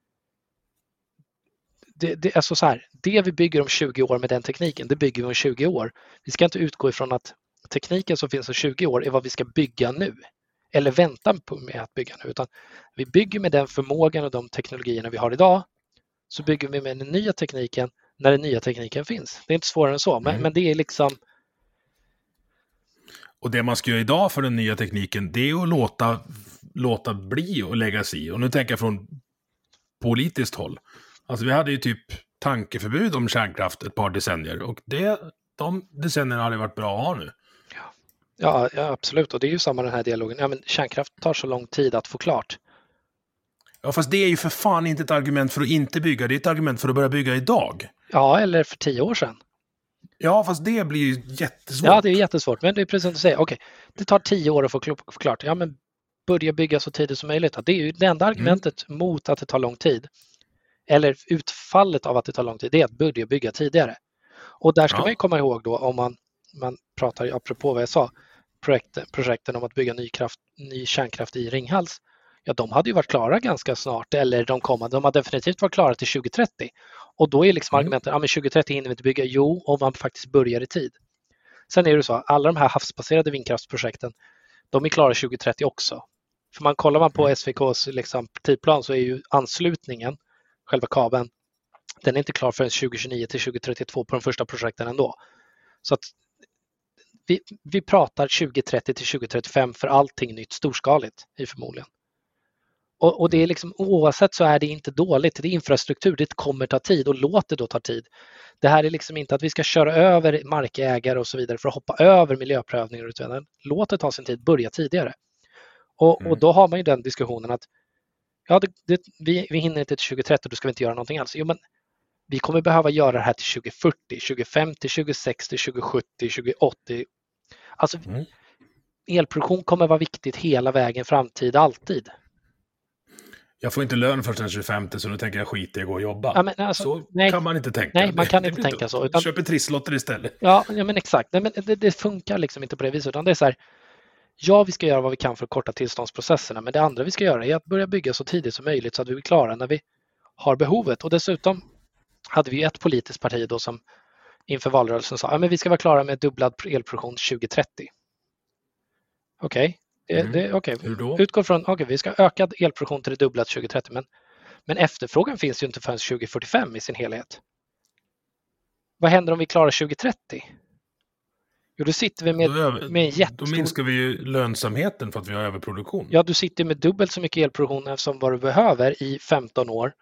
F: det är så här, det vi bygger om 20 år med den tekniken, det bygger vi om 20 år. Vi ska inte utgå ifrån att tekniken som finns om 20 år är vad vi ska bygga nu. Eller vänta med att bygga nu. Utan vi bygger med den förmågan och de teknologierna vi har idag, så bygger vi med den nya tekniken när den nya tekniken finns. Det är inte svårare än så, men det är liksom...
E: Och det man ska göra idag för den nya tekniken, det är att låta bli och lägga sig i. Och nu tänker jag från politiskt håll. Alltså vi hade ju typ tankeförbud om kärnkraft ett par decennier. Och de decennierna hade varit bra att ha nu.
F: Ja, absolut. Och det är ju samma den här dialogen. Ja, men kärnkraft tar så lång tid att få klart.
E: Ja, fast det är ju för fan inte ett argument för att inte bygga. Det är ett argument för att börja bygga idag.
F: Ja, eller för 10 år sedan.
E: Ja, fast det blir ju jättesvårt.
F: Ja, det är jättesvårt. Men det är precis som du säger. Okej, det tar 10 år att få klart. Ja, men börja bygga så tidigt som möjligt. Det är ju det enda argumentet mot att det tar lång tid. Eller utfallet av att det tar lång tid, det är att börja bygga tidigare. Och där ska man ju komma ihåg då, om man pratar, apropå vad jag sa, projekten om att bygga ny kärnkraft i Ringhals, ja, de hade ju varit klara ganska snart, eller de har definitivt varit klara till 2030. Och då är liksom argumentet, ja men 2030 hinner vi inte bygga, jo, om man faktiskt börjar i tid. Sen är det så, alla de här havsbaserade vindkraftsprojekten, de är klara 2030 också. För kollar man på SVKs liksom tidplan, så är ju anslutningen, själva kabeln, den är inte klar förrän 2029 till 2032 på de första projekten ändå. Så att vi pratar 2030 till 2035 för allting nytt storskaligt i förmodligen. Och det är liksom, oavsett så är det inte dåligt. Det är infrastruktur, det kommer ta tid, och låt det då ta tid. Det här är liksom inte att vi ska köra över markägare och så vidare för att hoppa över miljöprövningar och så. Låt det ta sin tid, börja tidigare. Och då har man ju den diskussionen att ja, vi hinner inte till 2030, då ska vi inte göra någonting alls. Jo, men vi kommer behöva göra det här till 2040, 2050, 2060, 2070, 2080. Alltså elproduktion kommer vara viktigt hela vägen framtid, alltid.
E: Jag får inte lön förrän den 25, så nu tänker jag skita i att gå och jobba.
F: Ja, men alltså,
E: så
F: nej,
E: kan man inte tänka.
F: Nej, man kan inte tänka så. Utan,
E: köper trisslotter istället.
F: Ja, men exakt. Nej, men det funkar liksom inte på det viset. Utan det är så här, ja, vi ska göra vad vi kan för att korta tillståndsprocesserna, men det andra vi ska göra är att börja bygga så tidigt som möjligt så att vi blir klara när vi har behovet. Och dessutom hade vi ett politiskt parti då som inför valrörelsen sa att vi ska vara klara med dubblad elproduktion 2030. Okej.
E: Hur då?
F: Utgår från vi ska öka elproduktion till det dubbla 2030, men efterfrågan finns ju inte förrän 2045 i sin helhet. Vad händer om vi klarar 2030? Jo, då sitter vi med en jättestor...
E: Då minskar vi ju lönsamheten för att vi har överproduktion.
F: Ja, du sitter med dubbelt så mycket elproduktion som vad du behöver i 15 år,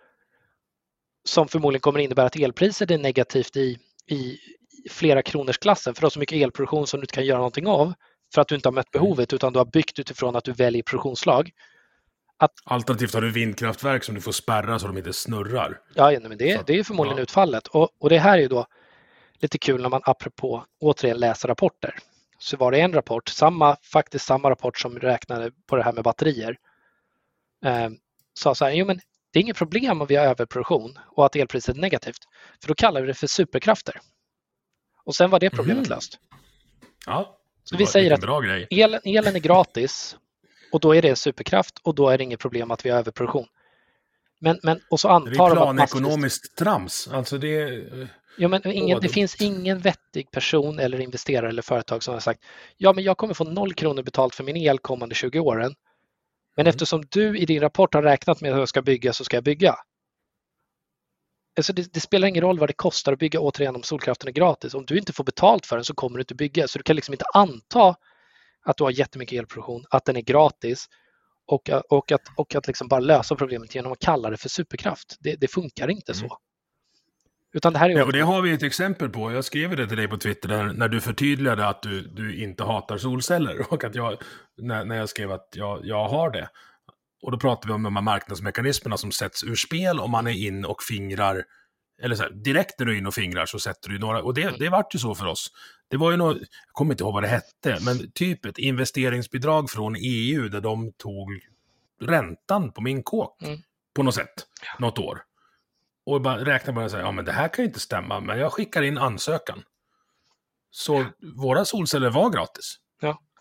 F: som förmodligen kommer innebära att elpriset är negativt i flera kronorsklassen, för du har så mycket elproduktion som du inte kan göra någonting av för att du inte har mött behovet, utan du har byggt utifrån att du väljer produktionslag.
E: Alternativt har du vindkraftverk som du får spärra så de inte snurrar.
F: Ja, men det är förmodligen utfallet. Och det här är ju då lite kul när man apropå återigen läser rapporter. Så var det en rapport, samma rapport som räknade på det här med batterier. Sa så här, jo men det är inget problem om vi har överproduktion och att elpriset är negativt. För då kallar vi det för superkrafter. Och sen var det problemet löst.
E: Ja.
F: Så vi säger att elen är gratis och då är det superkraft och då är det inget problem att vi har överproduktion. Men och så antar
E: de att... Det är planekonomiskt trams. Alltså det...
F: Ja, men det finns ingen vettig person eller investerare eller företag som har sagt men jag kommer få 0 kronor betalt för min el kommande 20 åren. Men eftersom du i din rapport har räknat med hur jag ska bygga så ska jag bygga. Alltså det spelar ingen roll vad det kostar att bygga, återigen om solkraften är gratis. Om du inte får betalt för den så kommer du inte bygga. Så du kan liksom inte anta att du har jättemycket elproduktion, att den är gratis och att liksom bara lösa problemet genom att kalla det för superkraft. Det funkar inte så. Utan det här är
E: och det har vi ett exempel på. Jag skrev det till dig på Twitter när du förtydligade att du inte hatar solceller och att när jag skrev att jag har det. Och då pratar vi om de här marknadsmekanismerna som sätts ur spel om man är in och fingrar, eller så här, direkt när du är in och fingrar så sätter du några, och det vart ju så för oss. Det var ju jag kommer inte ihåg vad det hette, men typ ett investeringsbidrag från EU där de tog räntan på min kåk på något sätt, något år. Och räknar bara och säger, men det här kan ju inte stämma, men jag skickar in ansökan. Så våra solceller var gratis.
F: Ja.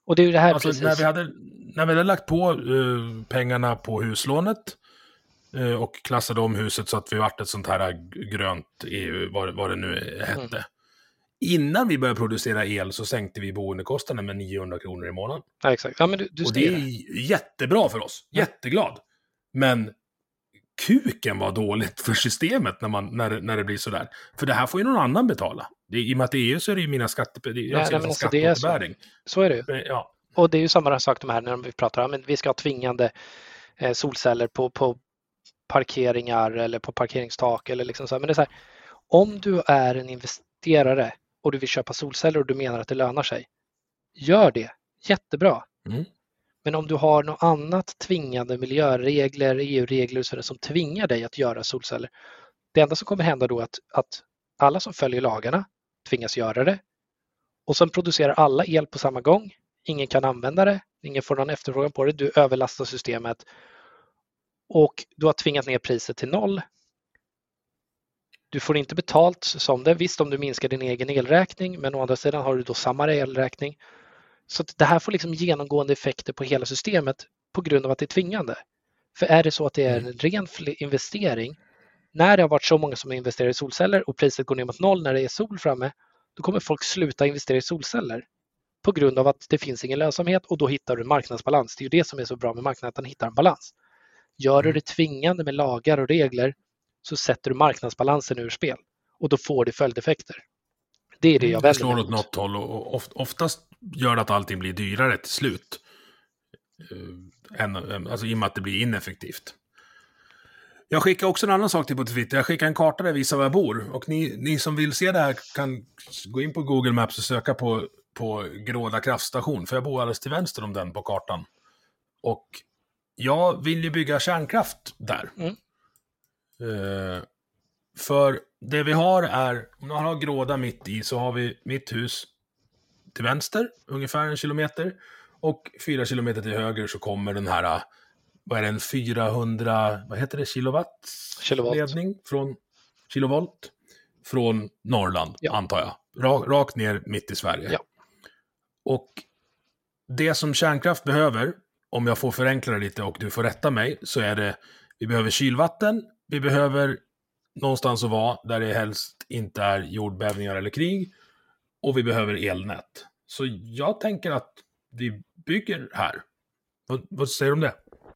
F: Och det är ju det här
E: alltså,
F: precis.
E: När vi hade lagt på pengarna på huslånet och klassade om huset så att vi vart ett sånt här grönt EU, vad det nu hette. Innan vi började producera el så sänkte vi boendekostnaden med 900 kronor i månaden.
F: Ja, exakt. Ja, men du
E: och det är jättebra för oss. Jätteglad. Men kuken var dåligt för systemet när det blir sådär. För det här får ju någon annan betala. I och med att det är EU så är det ju mina skatteåterbäring.
F: Så är det ju.
E: Ja.
F: Och det är ju samma sak de här när vi pratar om att vi ska ha tvingande solceller på parkeringar eller på parkeringstak eller liksom så här. Men det är så här, om du är en investerare och du vill köpa solceller och du menar att det lönar sig, gör det. Jättebra. Men om du har något annat tvingande miljöregler, EU-regler och sådär som tvingar dig att göra solceller, det enda som kommer hända då är att alla som följer lagarna tvingas göra det och sen producerar alla el på samma gång. Ingen kan använda det, ingen får någon efterfrågan på det, du överlastar systemet och du har tvingat ner priset till 0. Du får inte betalt som det, visst om du minskar din egen elräkning, men å andra sidan har du då samma elräkning. Så att det här får liksom genomgående effekter på hela systemet på grund av att det är tvingande. För är det så att det är en ren investering, när det har varit så många som investerar i solceller och priset går ner mot 0 när det är sol framme, då kommer folk sluta investera i solceller på grund av att det finns ingen lönsamhet och då hittar du en marknadsbalans. Det är ju det som är så bra med marknaden, att den hittar en balans. Gör du det tvingande med lagar och regler så sätter du marknadsbalansen ur spel och då får det följdeffekter. Det är det jag vänder
E: mig mot. Det slår åt något håll och oftast gör det att allting blir dyrare till slut. Alltså i och med att det blir ineffektivt. Jag skickar också en annan sak till på Twitter. Jag skickar en karta där jag visar var jag bor. Och ni som vill se det här kan gå in på Google Maps och söka på Gråda kraftstation. För jag bor alldeles till vänster om den på kartan. Och jag vill ju bygga kärnkraft där. För det vi har är, om man har Gråda mitt i så har vi mitt hus till vänster, ungefär 1 kilometer. Och 4 kilometer till höger så kommer den här, vad är det, en 400, vad heter det, kilowatt-ledning från kilovolt från Norrland, antar jag. Rakt ner mitt i Sverige. Ja. Och det som kärnkraft behöver, om jag får förenkla det lite och du får rätta mig, så är det, vi behöver kylvatten, vi behöver någonstans att vara där det helst inte är jordbävningar eller krig, och vi behöver elnät. Så jag tänker att vi bygger här. Vad säger du om det?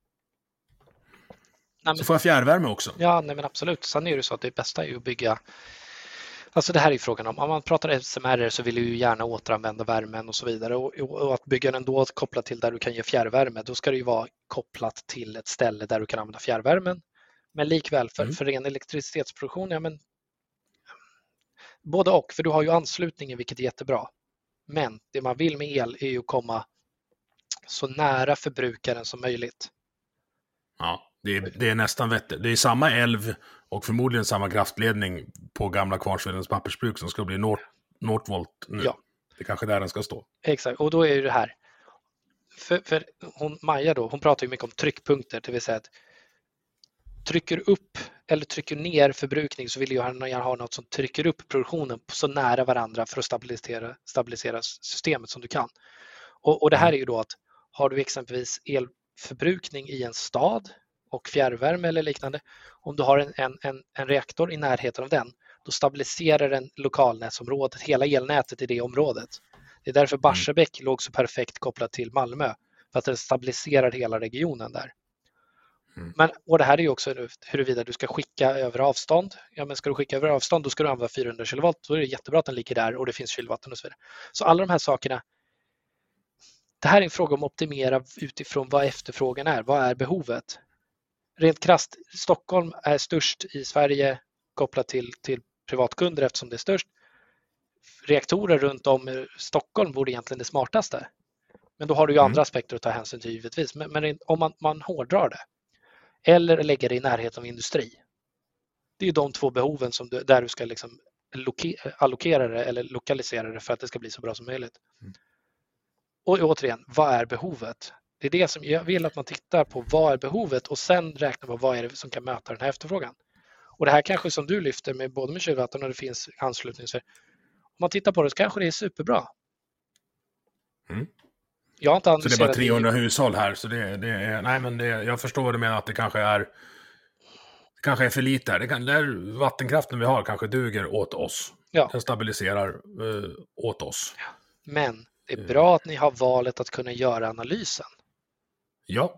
E: Nej, så får jag fjärrvärme också.
F: Ja, nej, men absolut. Sen är det så att det bästa är att bygga. Alltså det här är frågan om man pratar SMR så vill du ju gärna återanvända värmen och så vidare. Och att bygga den då kopplat till där du kan ge fjärrvärme, då ska det ju vara kopplat till ett ställe där du kan använda fjärrvärmen. Men likväl för ren elektricitetsproduktion, ja men både och, för du har ju anslutningen vilket är jättebra. Men det man vill med el är ju att komma så nära förbrukaren som möjligt.
E: Ja, det är nästan vettigt. Det är samma älv och förmodligen samma kraftledning på gamla Kvarnsvedens pappersbruk som ska bli Northvolt nu. Ja. Det är kanske där den ska stå.
F: Exakt, och då är det här. För Maja då, hon pratar ju mycket om tryckpunkter, det vill säga att trycker upp eller trycker ner förbrukning så vill jag ha något som trycker upp produktionen så nära varandra för att stabilisera systemet som du kan. Och det här är ju då att har du exempelvis elförbrukning i en stad och fjärrvärme eller liknande, om du har en reaktor i närheten av den, då stabiliserar den lokalnätsområdet, hela elnätet i det området. Det är därför Barsebäck låg så perfekt kopplat till Malmö, för att det stabiliserar hela regionen där. Men, och det här är ju också huruvida du ska skicka över avstånd. Ja, men ska du skicka över avstånd, då ska du använda 400 kilowatt. Då är det jättebra att den ligger där och det finns kylvatten och så vidare. Så alla de här sakerna, det här är en fråga om att optimera utifrån vad efterfrågan är. Vad är behovet? Rent krasst, Stockholm är störst i Sverige kopplat till privatkunder eftersom det är störst. Reaktorer runt om Stockholm vore egentligen det smartaste. Men då har du ju andra aspekter att ta hänsyn till givetvis. Men om man hårdrar det. Eller lägga det i närheten av industri. Det är de två behoven där du ska liksom allokera det eller lokalisera det för att det ska bli så bra som möjligt. Och återigen, vad är behovet? Det är det som jag vill att man tittar på. Vad är behovet? Och sen räknar på vad är det som kan möta den här efterfrågan. Och det här kanske som du lyfter med både med kylvatten och det finns anslutning. Så om man tittar på det så kanske det är superbra. Jag har inte
E: så det är bara 300 hushåll här. Så det är, nej, men jag förstår vad du menar, att det kanske är för lite här. Där vattenkraften vi har kanske duger åt oss.
F: Ja.
E: Den stabiliserar åt oss.
F: Ja. Men det är bra att ni har valet att kunna göra analysen.
E: Ja.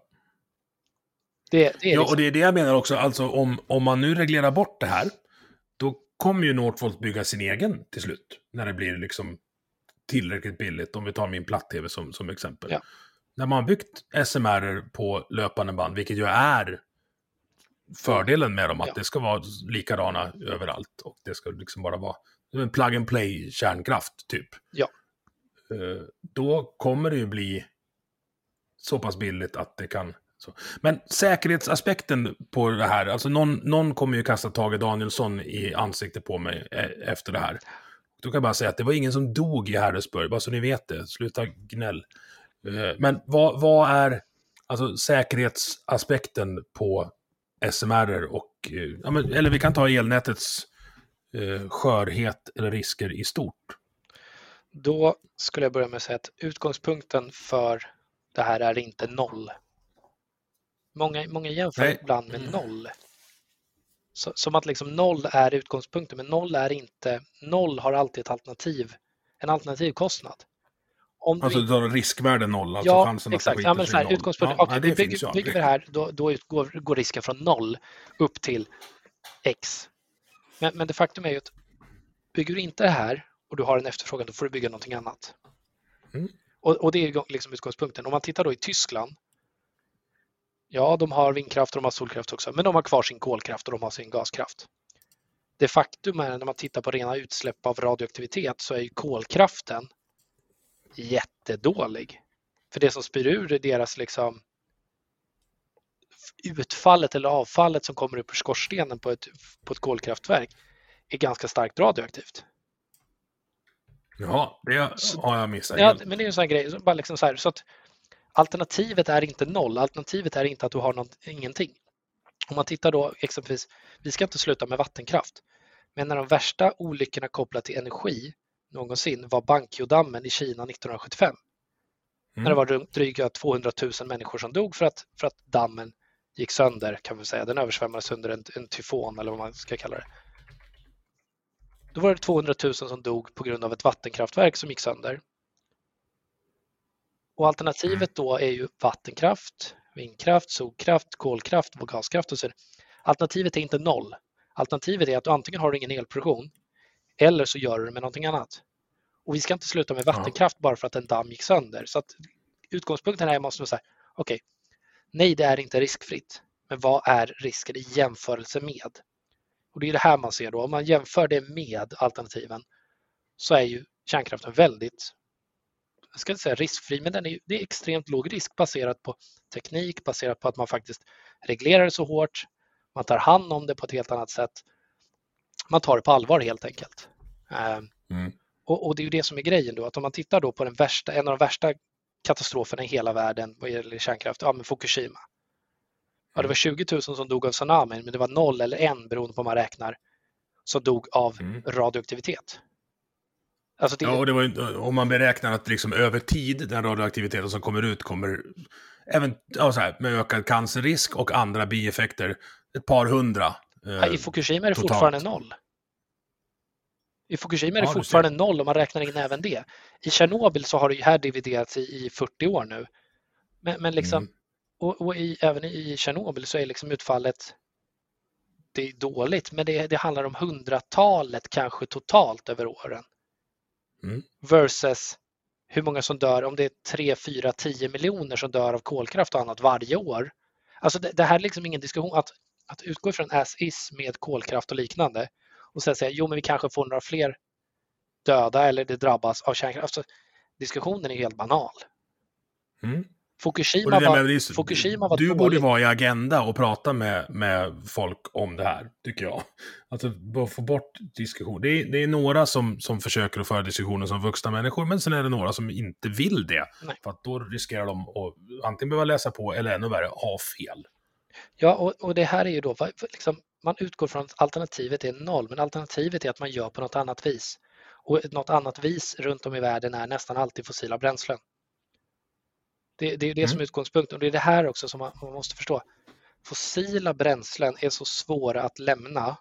F: Det är liksom...
E: och det är det jag menar också. Alltså om man nu reglerar bort det här, då kommer ju Northvolt bygga sin egen till slut. När det blir liksom tillräckligt billigt. Om vi tar min platt-tv som exempel.
F: Ja.
E: När man har byggt SMR på löpande band, vilket ju är fördelen med dem, att det ska vara likadana överallt. Och det ska liksom bara vara en plug-and-play kärnkraft typ.
F: Ja.
E: Då kommer det ju bli så pass billigt att det kan... Så. Men säkerhetsaspekten på det här, alltså någon kommer ju kasta Tage Danielsson i ansiktet på mig efter det här. Då kan jag bara säga att det var ingen som dog i Harrisburg, bara så ni vet det. Sluta gnäll. Men vad är alltså säkerhetsaspekten på SMR och... eller vi kan ta elnätets skörhet eller risker i stort.
F: Då skulle jag börja med att säga att utgångspunkten för det här är inte 0. Många jämför ibland med 0. Som att liksom 0 är utgångspunkten, men 0 är inte... 0 har alltid ett alternativ, en alternativkostnad. Om
E: alltså du tar riskvärde 0, alltså chansen
F: exakt.
E: Att
F: ja, men så här, utgångspunkten, okej, vi bygger det här, då går risken från 0 upp till X. Men det faktum är ju att bygger du inte det här och du har en efterfrågan, då får du bygga någonting annat. Och det är liksom utgångspunkten. Om man tittar då i Tyskland, ja, de har vindkraft och de har solkraft också, men de har kvar sin kolkraft och de har sin gaskraft. Det faktum är när man tittar på rena utsläpp av radioaktivitet så är ju kolkraften jättedålig. För det som spyr ur deras liksom utfallet eller avfallet som kommer upp ur skorstenen på ett kolkraftverk är ganska starkt radioaktivt.
E: Ja, det har jag missat.
F: Ja, men det är en sån här grej. Bara liksom så här, så att alternativet är inte 0. Alternativet är inte att du har ingenting. Om man tittar då exempelvis, vi ska inte sluta med vattenkraft. Men när de värsta olyckorna kopplat till energi någonsin var Bankyo-dammen i Kina 1975. När det var dryga 200 000 människor som dog för att dammen gick sönder, kan vi säga. Den översvämmades under en tyfon eller vad man ska kalla det. Då var det 200 000 som dog på grund av ett vattenkraftverk som gick sönder. Och alternativet då är ju vattenkraft, vindkraft, solkraft, kolkraft och gaskraft. Och så. Alternativet är inte 0. Alternativet är att du antingen har ingen elproduktion eller så gör du det med någonting annat. Och vi ska inte sluta med vattenkraft bara för att en damm gick sönder. Så att utgångspunkten här måste vara så här, okej, nej, det är inte riskfritt. Men vad är risken i jämförelse med? Och det är det här man ser då. Om man jämför det med alternativen så är ju kärnkraften väldigt, jag ska inte säga riskfri, men det är extremt låg risk baserat på teknik, baserat på att man faktiskt reglerar det så hårt. Man tar hand om det på ett helt annat sätt. Man tar det på allvar helt enkelt. Och det är ju det som är grejen då, att om man tittar då på en av de värsta katastroferna i hela världen vad gäller kärnkraft, ja men Fukushima. Ja, det var 20 000 som dog av tsunamin, men det var 0 eller 1 beroende på vad man räknar som dog av radioaktivitet. Alltså
E: Ja, och det var, om man beräknar att liksom över tid den radioaktiviteten som kommer ut kommer även så här, med ökad cancerrisk och andra bieffekter, ett par hundra.
F: I Fukushima är det fortfarande 0. I Fukushima är det fortfarande 0 om man räknar in även det. I Tjernobyl så har det ju här dividerats i 40 år nu. Men liksom, och även i Tjernobyl så är liksom utfallet, det är dåligt, men det handlar om hundratalet kanske totalt över åren. Versus hur många som dör, om det är 3, 4, 10 miljoner som dör av kolkraft och annat varje år. Alltså det här är liksom ingen diskussion att utgå från as is med kolkraft och liknande och sen säga, jo men vi kanske får några fler döda eller det drabbas av kärnkraft. Alltså, diskussionen är helt banal. Fukushima var
E: du borde vara i Agenda och prata med folk om det här, tycker jag. Alltså, bara få bort diskussion. Det är några som försöker att föra diskussioner som vuxna människor, men sen är det några som inte vill det. Nej. För att då riskerar de att antingen behöva läsa på eller ännu värre, ha fel.
F: Ja, och det här är ju då, liksom, man utgår från att alternativet är 0, men alternativet är att man gör på något annat vis. Och något annat vis runt om i världen är nästan alltid fossila bränslen. Det är det som är utgångspunkten. Och det är det här också som man måste förstå. Fossila bränslen är så svåra att lämna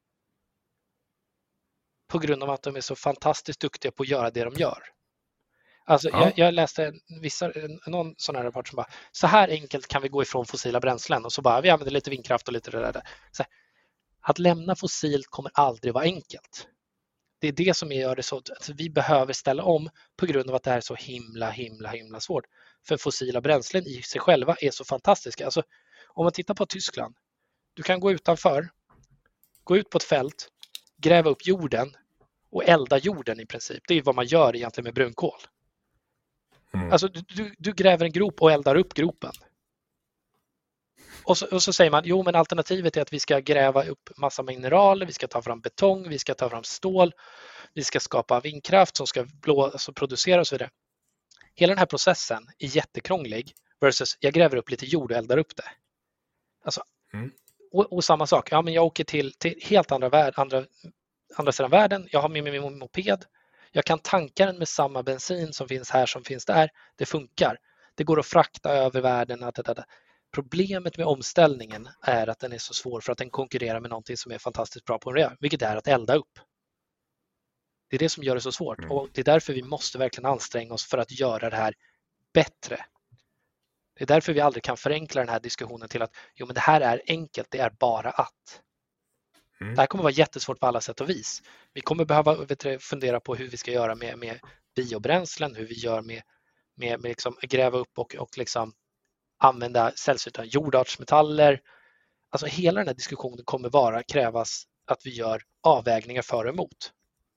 F: på grund av att de är så fantastiskt duktiga på att göra det de gör. Alltså, jag läste någon sån här rapport som bara, så här enkelt kan vi gå ifrån fossila bränslen, och så bara, vi använder lite vindkraft och lite det där. Så här, att lämna fossilt kommer aldrig vara enkelt. Det är det som gör det så att vi behöver ställa om på grund av att det här är så himla svårt. För fossila bränslen i sig själva är så fantastiska. Alltså, om man tittar på Tyskland, du kan gå utanför, gå ut på ett fält, gräva upp jorden och elda jorden i princip. Det är vad man gör egentligen med brunkol. Alltså du gräver en grop och eldar upp gropen. Och så säger man, jo men alternativet är att vi ska gräva upp massa mineraler, vi ska ta fram betong, vi ska ta fram stål, vi ska skapa vindkraft som ska producera och så vidare. Hela den här processen är jättekrånglig versus jag gräver upp lite jord och eldar upp det. Alltså, och samma sak, ja men jag åker till helt andra sidan världen, jag har med mig min moped, jag kan tanka den med samma bensin som finns här som finns där, det funkar. Det går att frakta över världen. Problemet med omställningen är att den är så svår för att den konkurrerar med någonting som är fantastiskt bra på en rejäl, vilket är att elda upp. Det är det som gör det så svårt och det är därför vi måste verkligen anstränga oss för att göra det här bättre. Det är därför vi aldrig kan förenkla den här diskussionen till att jo men det här är enkelt, det är bara att. Det här kommer vara jättesvårt på alla sätt och vis. Vi kommer behöva fundera på hur vi ska göra med biobränslen, hur vi gör med liksom gräva upp och liksom använda sällsynta jordartsmetaller. Alltså hela den här diskussionen kommer krävas att vi gör avvägningar för och emot.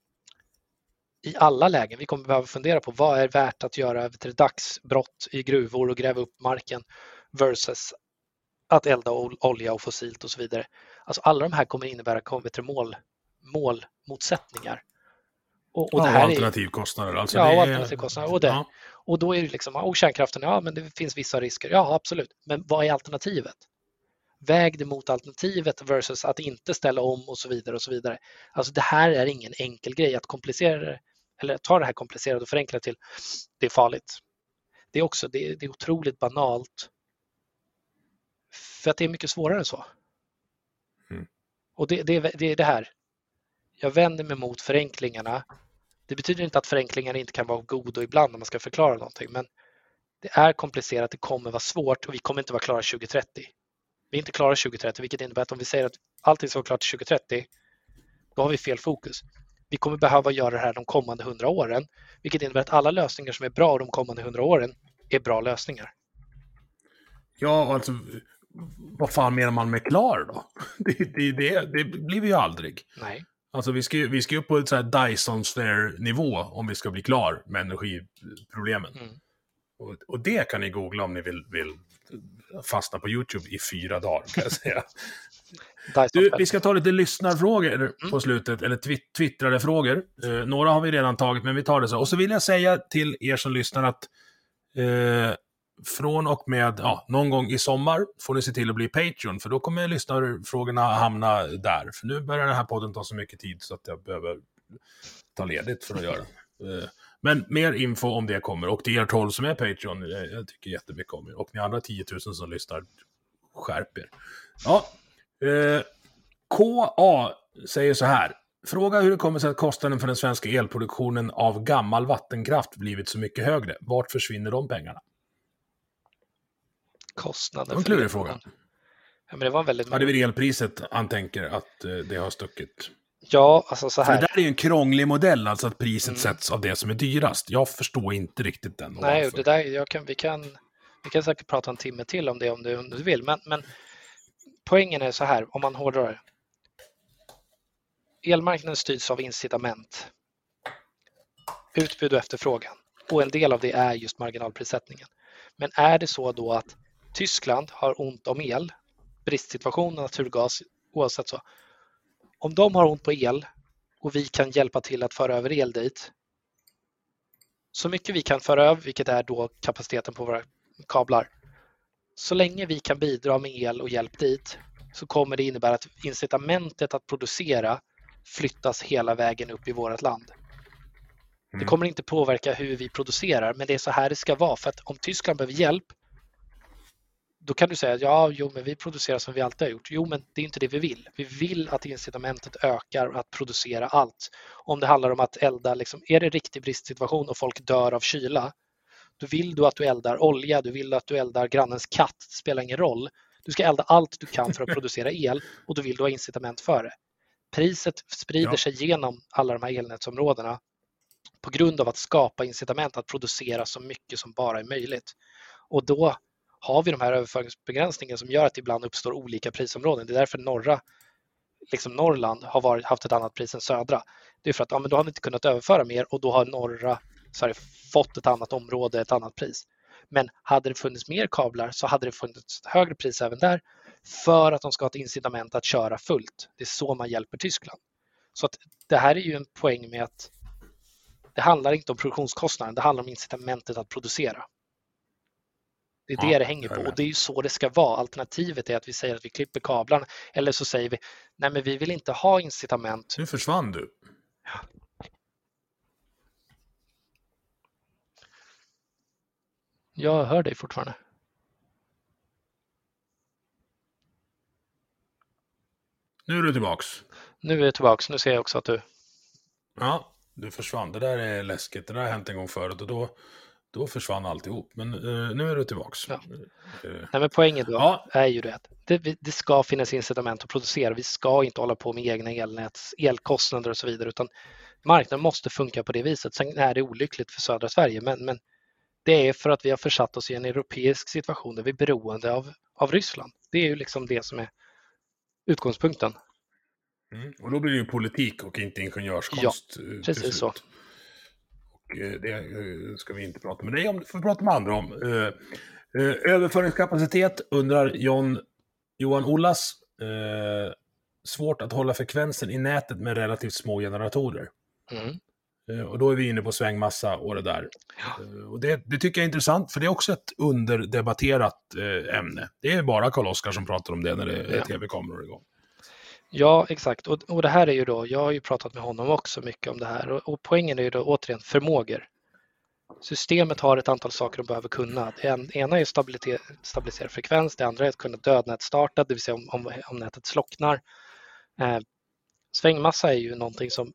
F: I alla lägen. Vi kommer behöva fundera på vad är värt att göra till dagsbrott i gruvor och gräva upp marken versus att elda olja och fossilt och så vidare. Alltså alla de här kommer innebära målmotsättningar. Och det här
E: alternativkostnader. Alltså
F: alternativkostnader. Och då är det liksom, kärnkraften, ja men det finns vissa risker. Ja, absolut. Men vad är alternativet? Väg det mot alternativet versus att inte ställa om och så vidare och så vidare. Alltså det här är ingen enkel grej att komplicera det, eller ta det här komplicerat och förenkla till det är farligt. Det är också, det är otroligt banalt för att det är mycket svårare än så. Och det är det här. Jag vänder mig mot förenklingarna. Det betyder inte att förenklingar inte kan vara goda ibland när man ska förklara någonting, men det är komplicerat, det kommer vara svårt och vi kommer inte vara klara 2030. Vi är inte klara 2030, vilket innebär att om vi säger att allting ska vara klart 2030, då har vi fel fokus. Vi kommer behöva göra det här de kommande 100 åren, vilket innebär att alla lösningar som är bra de kommande 100 åren är bra lösningar.
E: Ja, alltså vad fan menar man med klar då? Det blir vi ju aldrig.
F: Nej.
E: Alltså vi ska upp på ett så här Dyson Sphere-nivå om vi ska bli klar med energiproblemen. Och det kan ni googla om ni vill fastna på YouTube i 4 dagar kan jag säga. Vi ska ta lite lyssnarfrågor på slutet, eller twittrade frågor. Några har vi redan tagit, men vi tar det så. Och så vill jag säga till er som lyssnar att från och med någon gång i sommar får ni se till att bli Patreon, för då kommer lyssnarfrågorna hamna där. För nu börjar den här podden ta så mycket tid så att jag behöver ta ledigt för att göra det. Men mer info om det kommer. Och till er 12 som är Patreon, jag tycker jättemycket om er. Och ni andra 10 000 som lyssnar, skärp er. Ja. KA säger så här. Fråga hur det kommer sig att kostnaden för den svenska elproduktionen av gammal vattenkraft blivit så mycket högre. Vart försvinner de pengarna?
F: Kostnaden
E: för frågan.
F: Ja, men det var väldigt...
E: Ja, det är väl elpriset han tänker att det har stuckit.
F: Ja, alltså så här.
E: För det där är ju en krånglig modell, alltså att priset sätts av det som är dyrast. Jag förstår inte riktigt den.
F: Nej, det där, vi kan säkert prata en timme till om det om du vill. Men poängen är så här, om man hårdrar det. Elmarknaden styrs av incitament. Utbud och efterfrågan. Och en del av det är just marginalprissättningen. Men är det så då att Tyskland har ont om el, bristsituation och naturgas oavsett så. Om de har ont på el och vi kan hjälpa till att föra över el dit, så mycket vi kan föra över, vilket är då kapaciteten på våra kablar, så länge vi kan bidra med el och hjälp dit, så kommer det innebära att incitamentet att producera flyttas hela vägen upp i vårt land. Det kommer inte påverka hur vi producerar, men det är så här det ska vara. För att om Tyskland behöver hjälp, då kan du säga att men vi producerar som vi alltid har gjort. Jo, men det är inte det vi vill. Vi vill att incitamentet ökar att producera allt. Om det handlar om att elda, liksom, är det en riktig bristsituation och folk dör av kyla, då vill du att du eldar olja, du vill att du eldar grannens katt, det spelar ingen roll. Du ska elda allt du kan för att producera el och då vill du ha incitament för det. Priset sprider sig genom alla de här elnätsområdena på grund av att skapa incitament att producera så mycket som bara är möjligt. Och då har vi de här överföringsbegränsningarna som gör att det ibland uppstår olika prisområden. Det är därför Norrland har haft ett annat pris än södra. Det är för att men då har vi inte kunnat överföra mer och då har norra Sverige fått ett annat område, ett annat pris. Men hade det funnits mer kablar så hade det funnits ett högre pris även där för att de ska ha ett incitament att köra fullt. Det är så man hjälper Tyskland. Så att det här är ju en poäng med att det handlar inte om produktionskostnaden, det handlar om incitamentet att producera. Det är det hänger på och det är ju så det ska vara. Alternativet är att vi säger att vi klipper kablarna eller så säger vi nej men vi vill inte ha incitament.
E: Nu försvann du.
F: Ja. Jag hör dig fortfarande.
E: Nu är du tillbaks.
F: Nu är jag tillbaks. Nu ser jag också att du...
E: Ja, du försvann. Det där är läskigt. Det där har hänt en gång förut och då försvann alltihop. Men nu är du tillbaks.
F: Ja. Nej, men poängen då är ju det att det ska finnas incitament att producera. Vi ska inte hålla på med egna elkostnader och så vidare utan marknaden måste funka på det viset. Sen är det olyckligt för södra Sverige men det är för att vi har försatt oss i en europeisk situation där vi är beroende av Ryssland. Det är ju liksom det som är utgångspunkten.
E: Och då blir det ju politik och inte ingenjörskonst.
F: Ja, precis så.
E: Och det ska vi inte prata med dig om. Det får vi prata med andra om. Överföringskapacitet undrar Johan Ollas. Svårt att hålla frekvensen i nätet med relativt små generatorer. Och då är vi inne på svängmassa och det där. Och det tycker jag är intressant för det är också ett underdebatterat ämne. Det är bara Karl-Oskar som pratar om det när det är tv-kameror igång.
F: Ja, exakt. Och det här är ju då, jag har ju pratat med honom också mycket om det här. Och poängen är ju då återigen förmågor. Systemet har ett antal saker de behöver kunna. Det ena är stabilisera frekvens, det andra är att kunna dödnätsstarta, det vill säga om nätet slocknar. Svängmassa är ju någonting som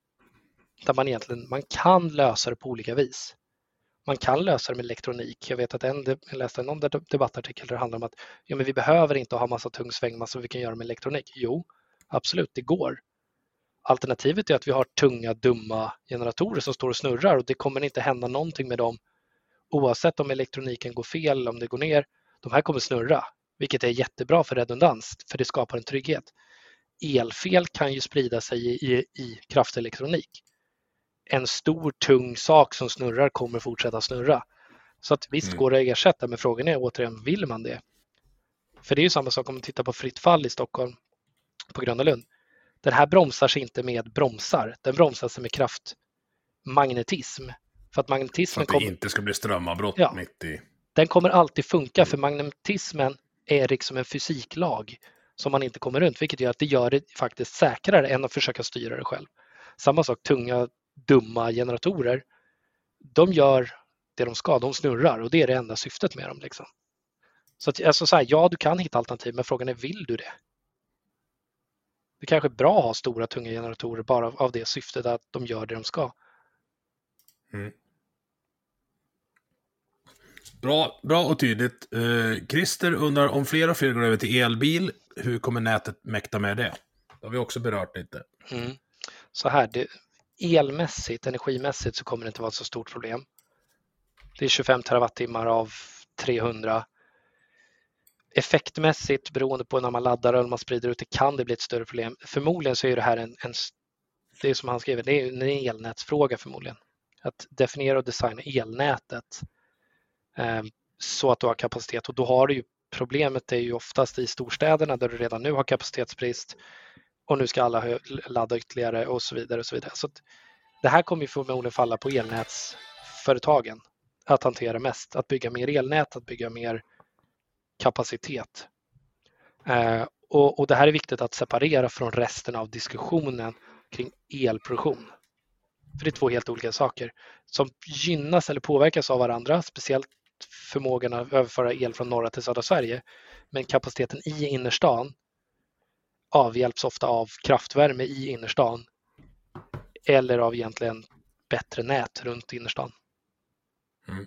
F: där man kan lösa det på olika vis. Man kan lösa det med elektronik. Jag vet att jag läste någon debattartikel där det handlar om att men vi behöver inte ha massa tung svängmassa, vi kan göra med elektronik. Jo, absolut, det går. Alternativet är att vi har tunga, dumma generatorer som står och snurrar och det kommer inte hända någonting med dem oavsett om elektroniken går fel eller om det går ner. De här kommer snurra, vilket är jättebra för redundans, för det skapar en trygghet. Elfel kan ju sprida sig i kraftelektronik. En stor, tung sak som snurrar kommer fortsätta snurra. Så att visst går det att ersätta, men frågan är återigen, vill man det? För det är ju samma sak om man tittar på Fritt fall i Stockholm på Gröna Lund. Den här bromsar sig inte med bromsar. Den bromsar sig med kraftmagnetism. För att magnetismen
E: så att det inte ska bli strömavbrott mitt i...
F: Den kommer alltid funka för magnetismen är liksom en fysiklag som man inte kommer runt. Vilket gör att det gör det faktiskt säkrare än att försöka styra det själv. Samma sak, tunga, dumma generatorer. De gör det de ska. De snurrar och det är det enda syftet med dem. Liksom. Så att, alltså så här, ja, du kan hitta alternativ, men frågan är, vill du det? Det kanske är bra att ha stora, tunga generatorer bara av det syftet att de gör det de ska.
E: Bra och tydligt. Christer undrar om fler och fler går över till elbil. Hur kommer nätet mäkta med det? Det har vi också berört lite.
F: Så här, elmässigt, energimässigt så kommer det inte vara ett så stort problem. Det är 25 terawattimmar av 300. Effektmässigt, beroende på när man laddar eller man sprider ut det, kan det bli ett större problem. Förmodligen så är det här det är som han skriver, det är en elnätsfråga förmodligen. Att definiera och designa elnätet så att du har kapacitet. Och då har du ju, problemet är ju oftast i storstäderna där du redan nu har kapacitetsbrist och nu ska alla ladda ytterligare och så vidare. Och så vidare. Så att det här kommer ju förmodligen falla på elnätsföretagen att hantera mest. Att bygga mer elnät, att bygga mer kapacitet. Och det här är viktigt att separera från resten av diskussionen kring elproduktion. För det är 2 helt olika saker som gynnas eller påverkas av varandra, speciellt förmågan att överföra el från norra till södra Sverige. Men kapaciteten i innerstan avhjälps ofta av kraftvärme i innerstan eller av egentligen bättre nät runt innerstan.
E: Mm.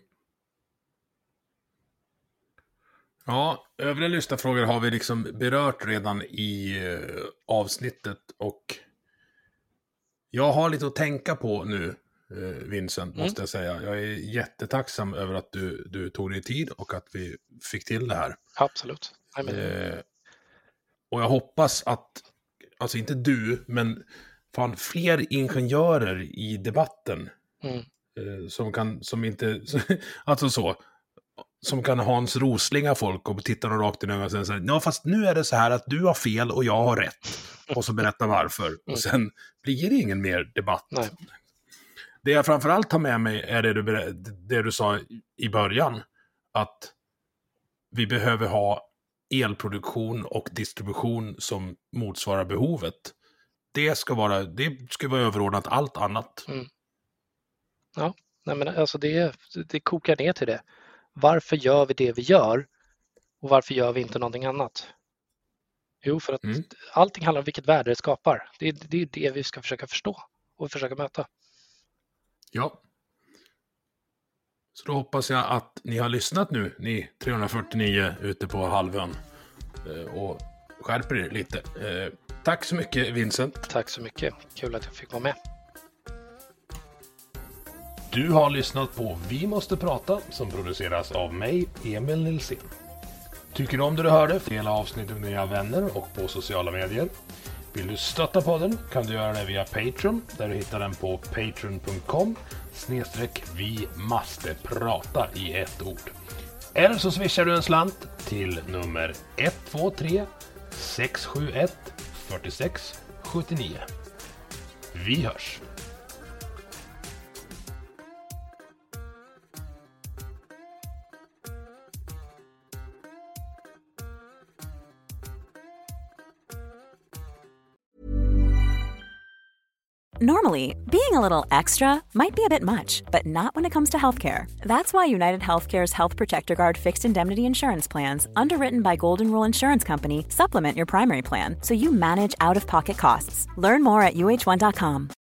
E: Ja, övriga lyssnarfrågor har vi liksom berört redan i avsnittet, och jag har lite att tänka på nu, Vincent, måste jag säga. Jag är jättetacksam över att du tog dig tid och att vi fick till det här.
F: Absolut.
E: Och jag hoppas att, alltså inte du, men fan fler ingenjörer i debatten som kan Hans Roslinga folk och titta dem rakt i ögonen och sen säga, ja fast nu är det så här att du har fel och jag har rätt. Och så berätta varför. Och sen blir det ingen mer debatt.
F: Nej.
E: Det jag framförallt tar med mig är det du sa i början. Att vi behöver ha elproduktion och distribution som motsvarar behovet. Det ska vara överordnat allt annat.
F: Mm. Ja, nej men alltså det kokar ner till det. Varför gör vi det vi gör? Och varför gör vi inte någonting annat? Jo, för att allting handlar om vilket värde det skapar. Det är det vi ska försöka förstå och försöka möta.
E: Ja. Så då hoppas jag att ni har lyssnat nu, ni 349 ute på halvön. Och skärper er lite. Tack så mycket, Vincent.
F: Tack så mycket. Kul att jag fick vara med.
E: Du har lyssnat på Vi måste prata, som produceras av mig, Emil Nilsson. Tycker du om det du hörde? Dela avsnittet med dina vänner och på sociala medier. Vill du stötta podden kan du göra det via Patreon, där du hittar den på patreon.com/vi måste prata i ett ord. Eller så swishar du en slant till nummer 123 671 46 79. Vi hörs!
I: Normally, being a little extra might be a bit much, but not when it comes to healthcare. That's why United Healthcare's Health Protector Guard fixed indemnity insurance plans, underwritten by Golden Rule Insurance Company, supplement your primary plan so you manage out-of-pocket costs. Learn more at uh1.com.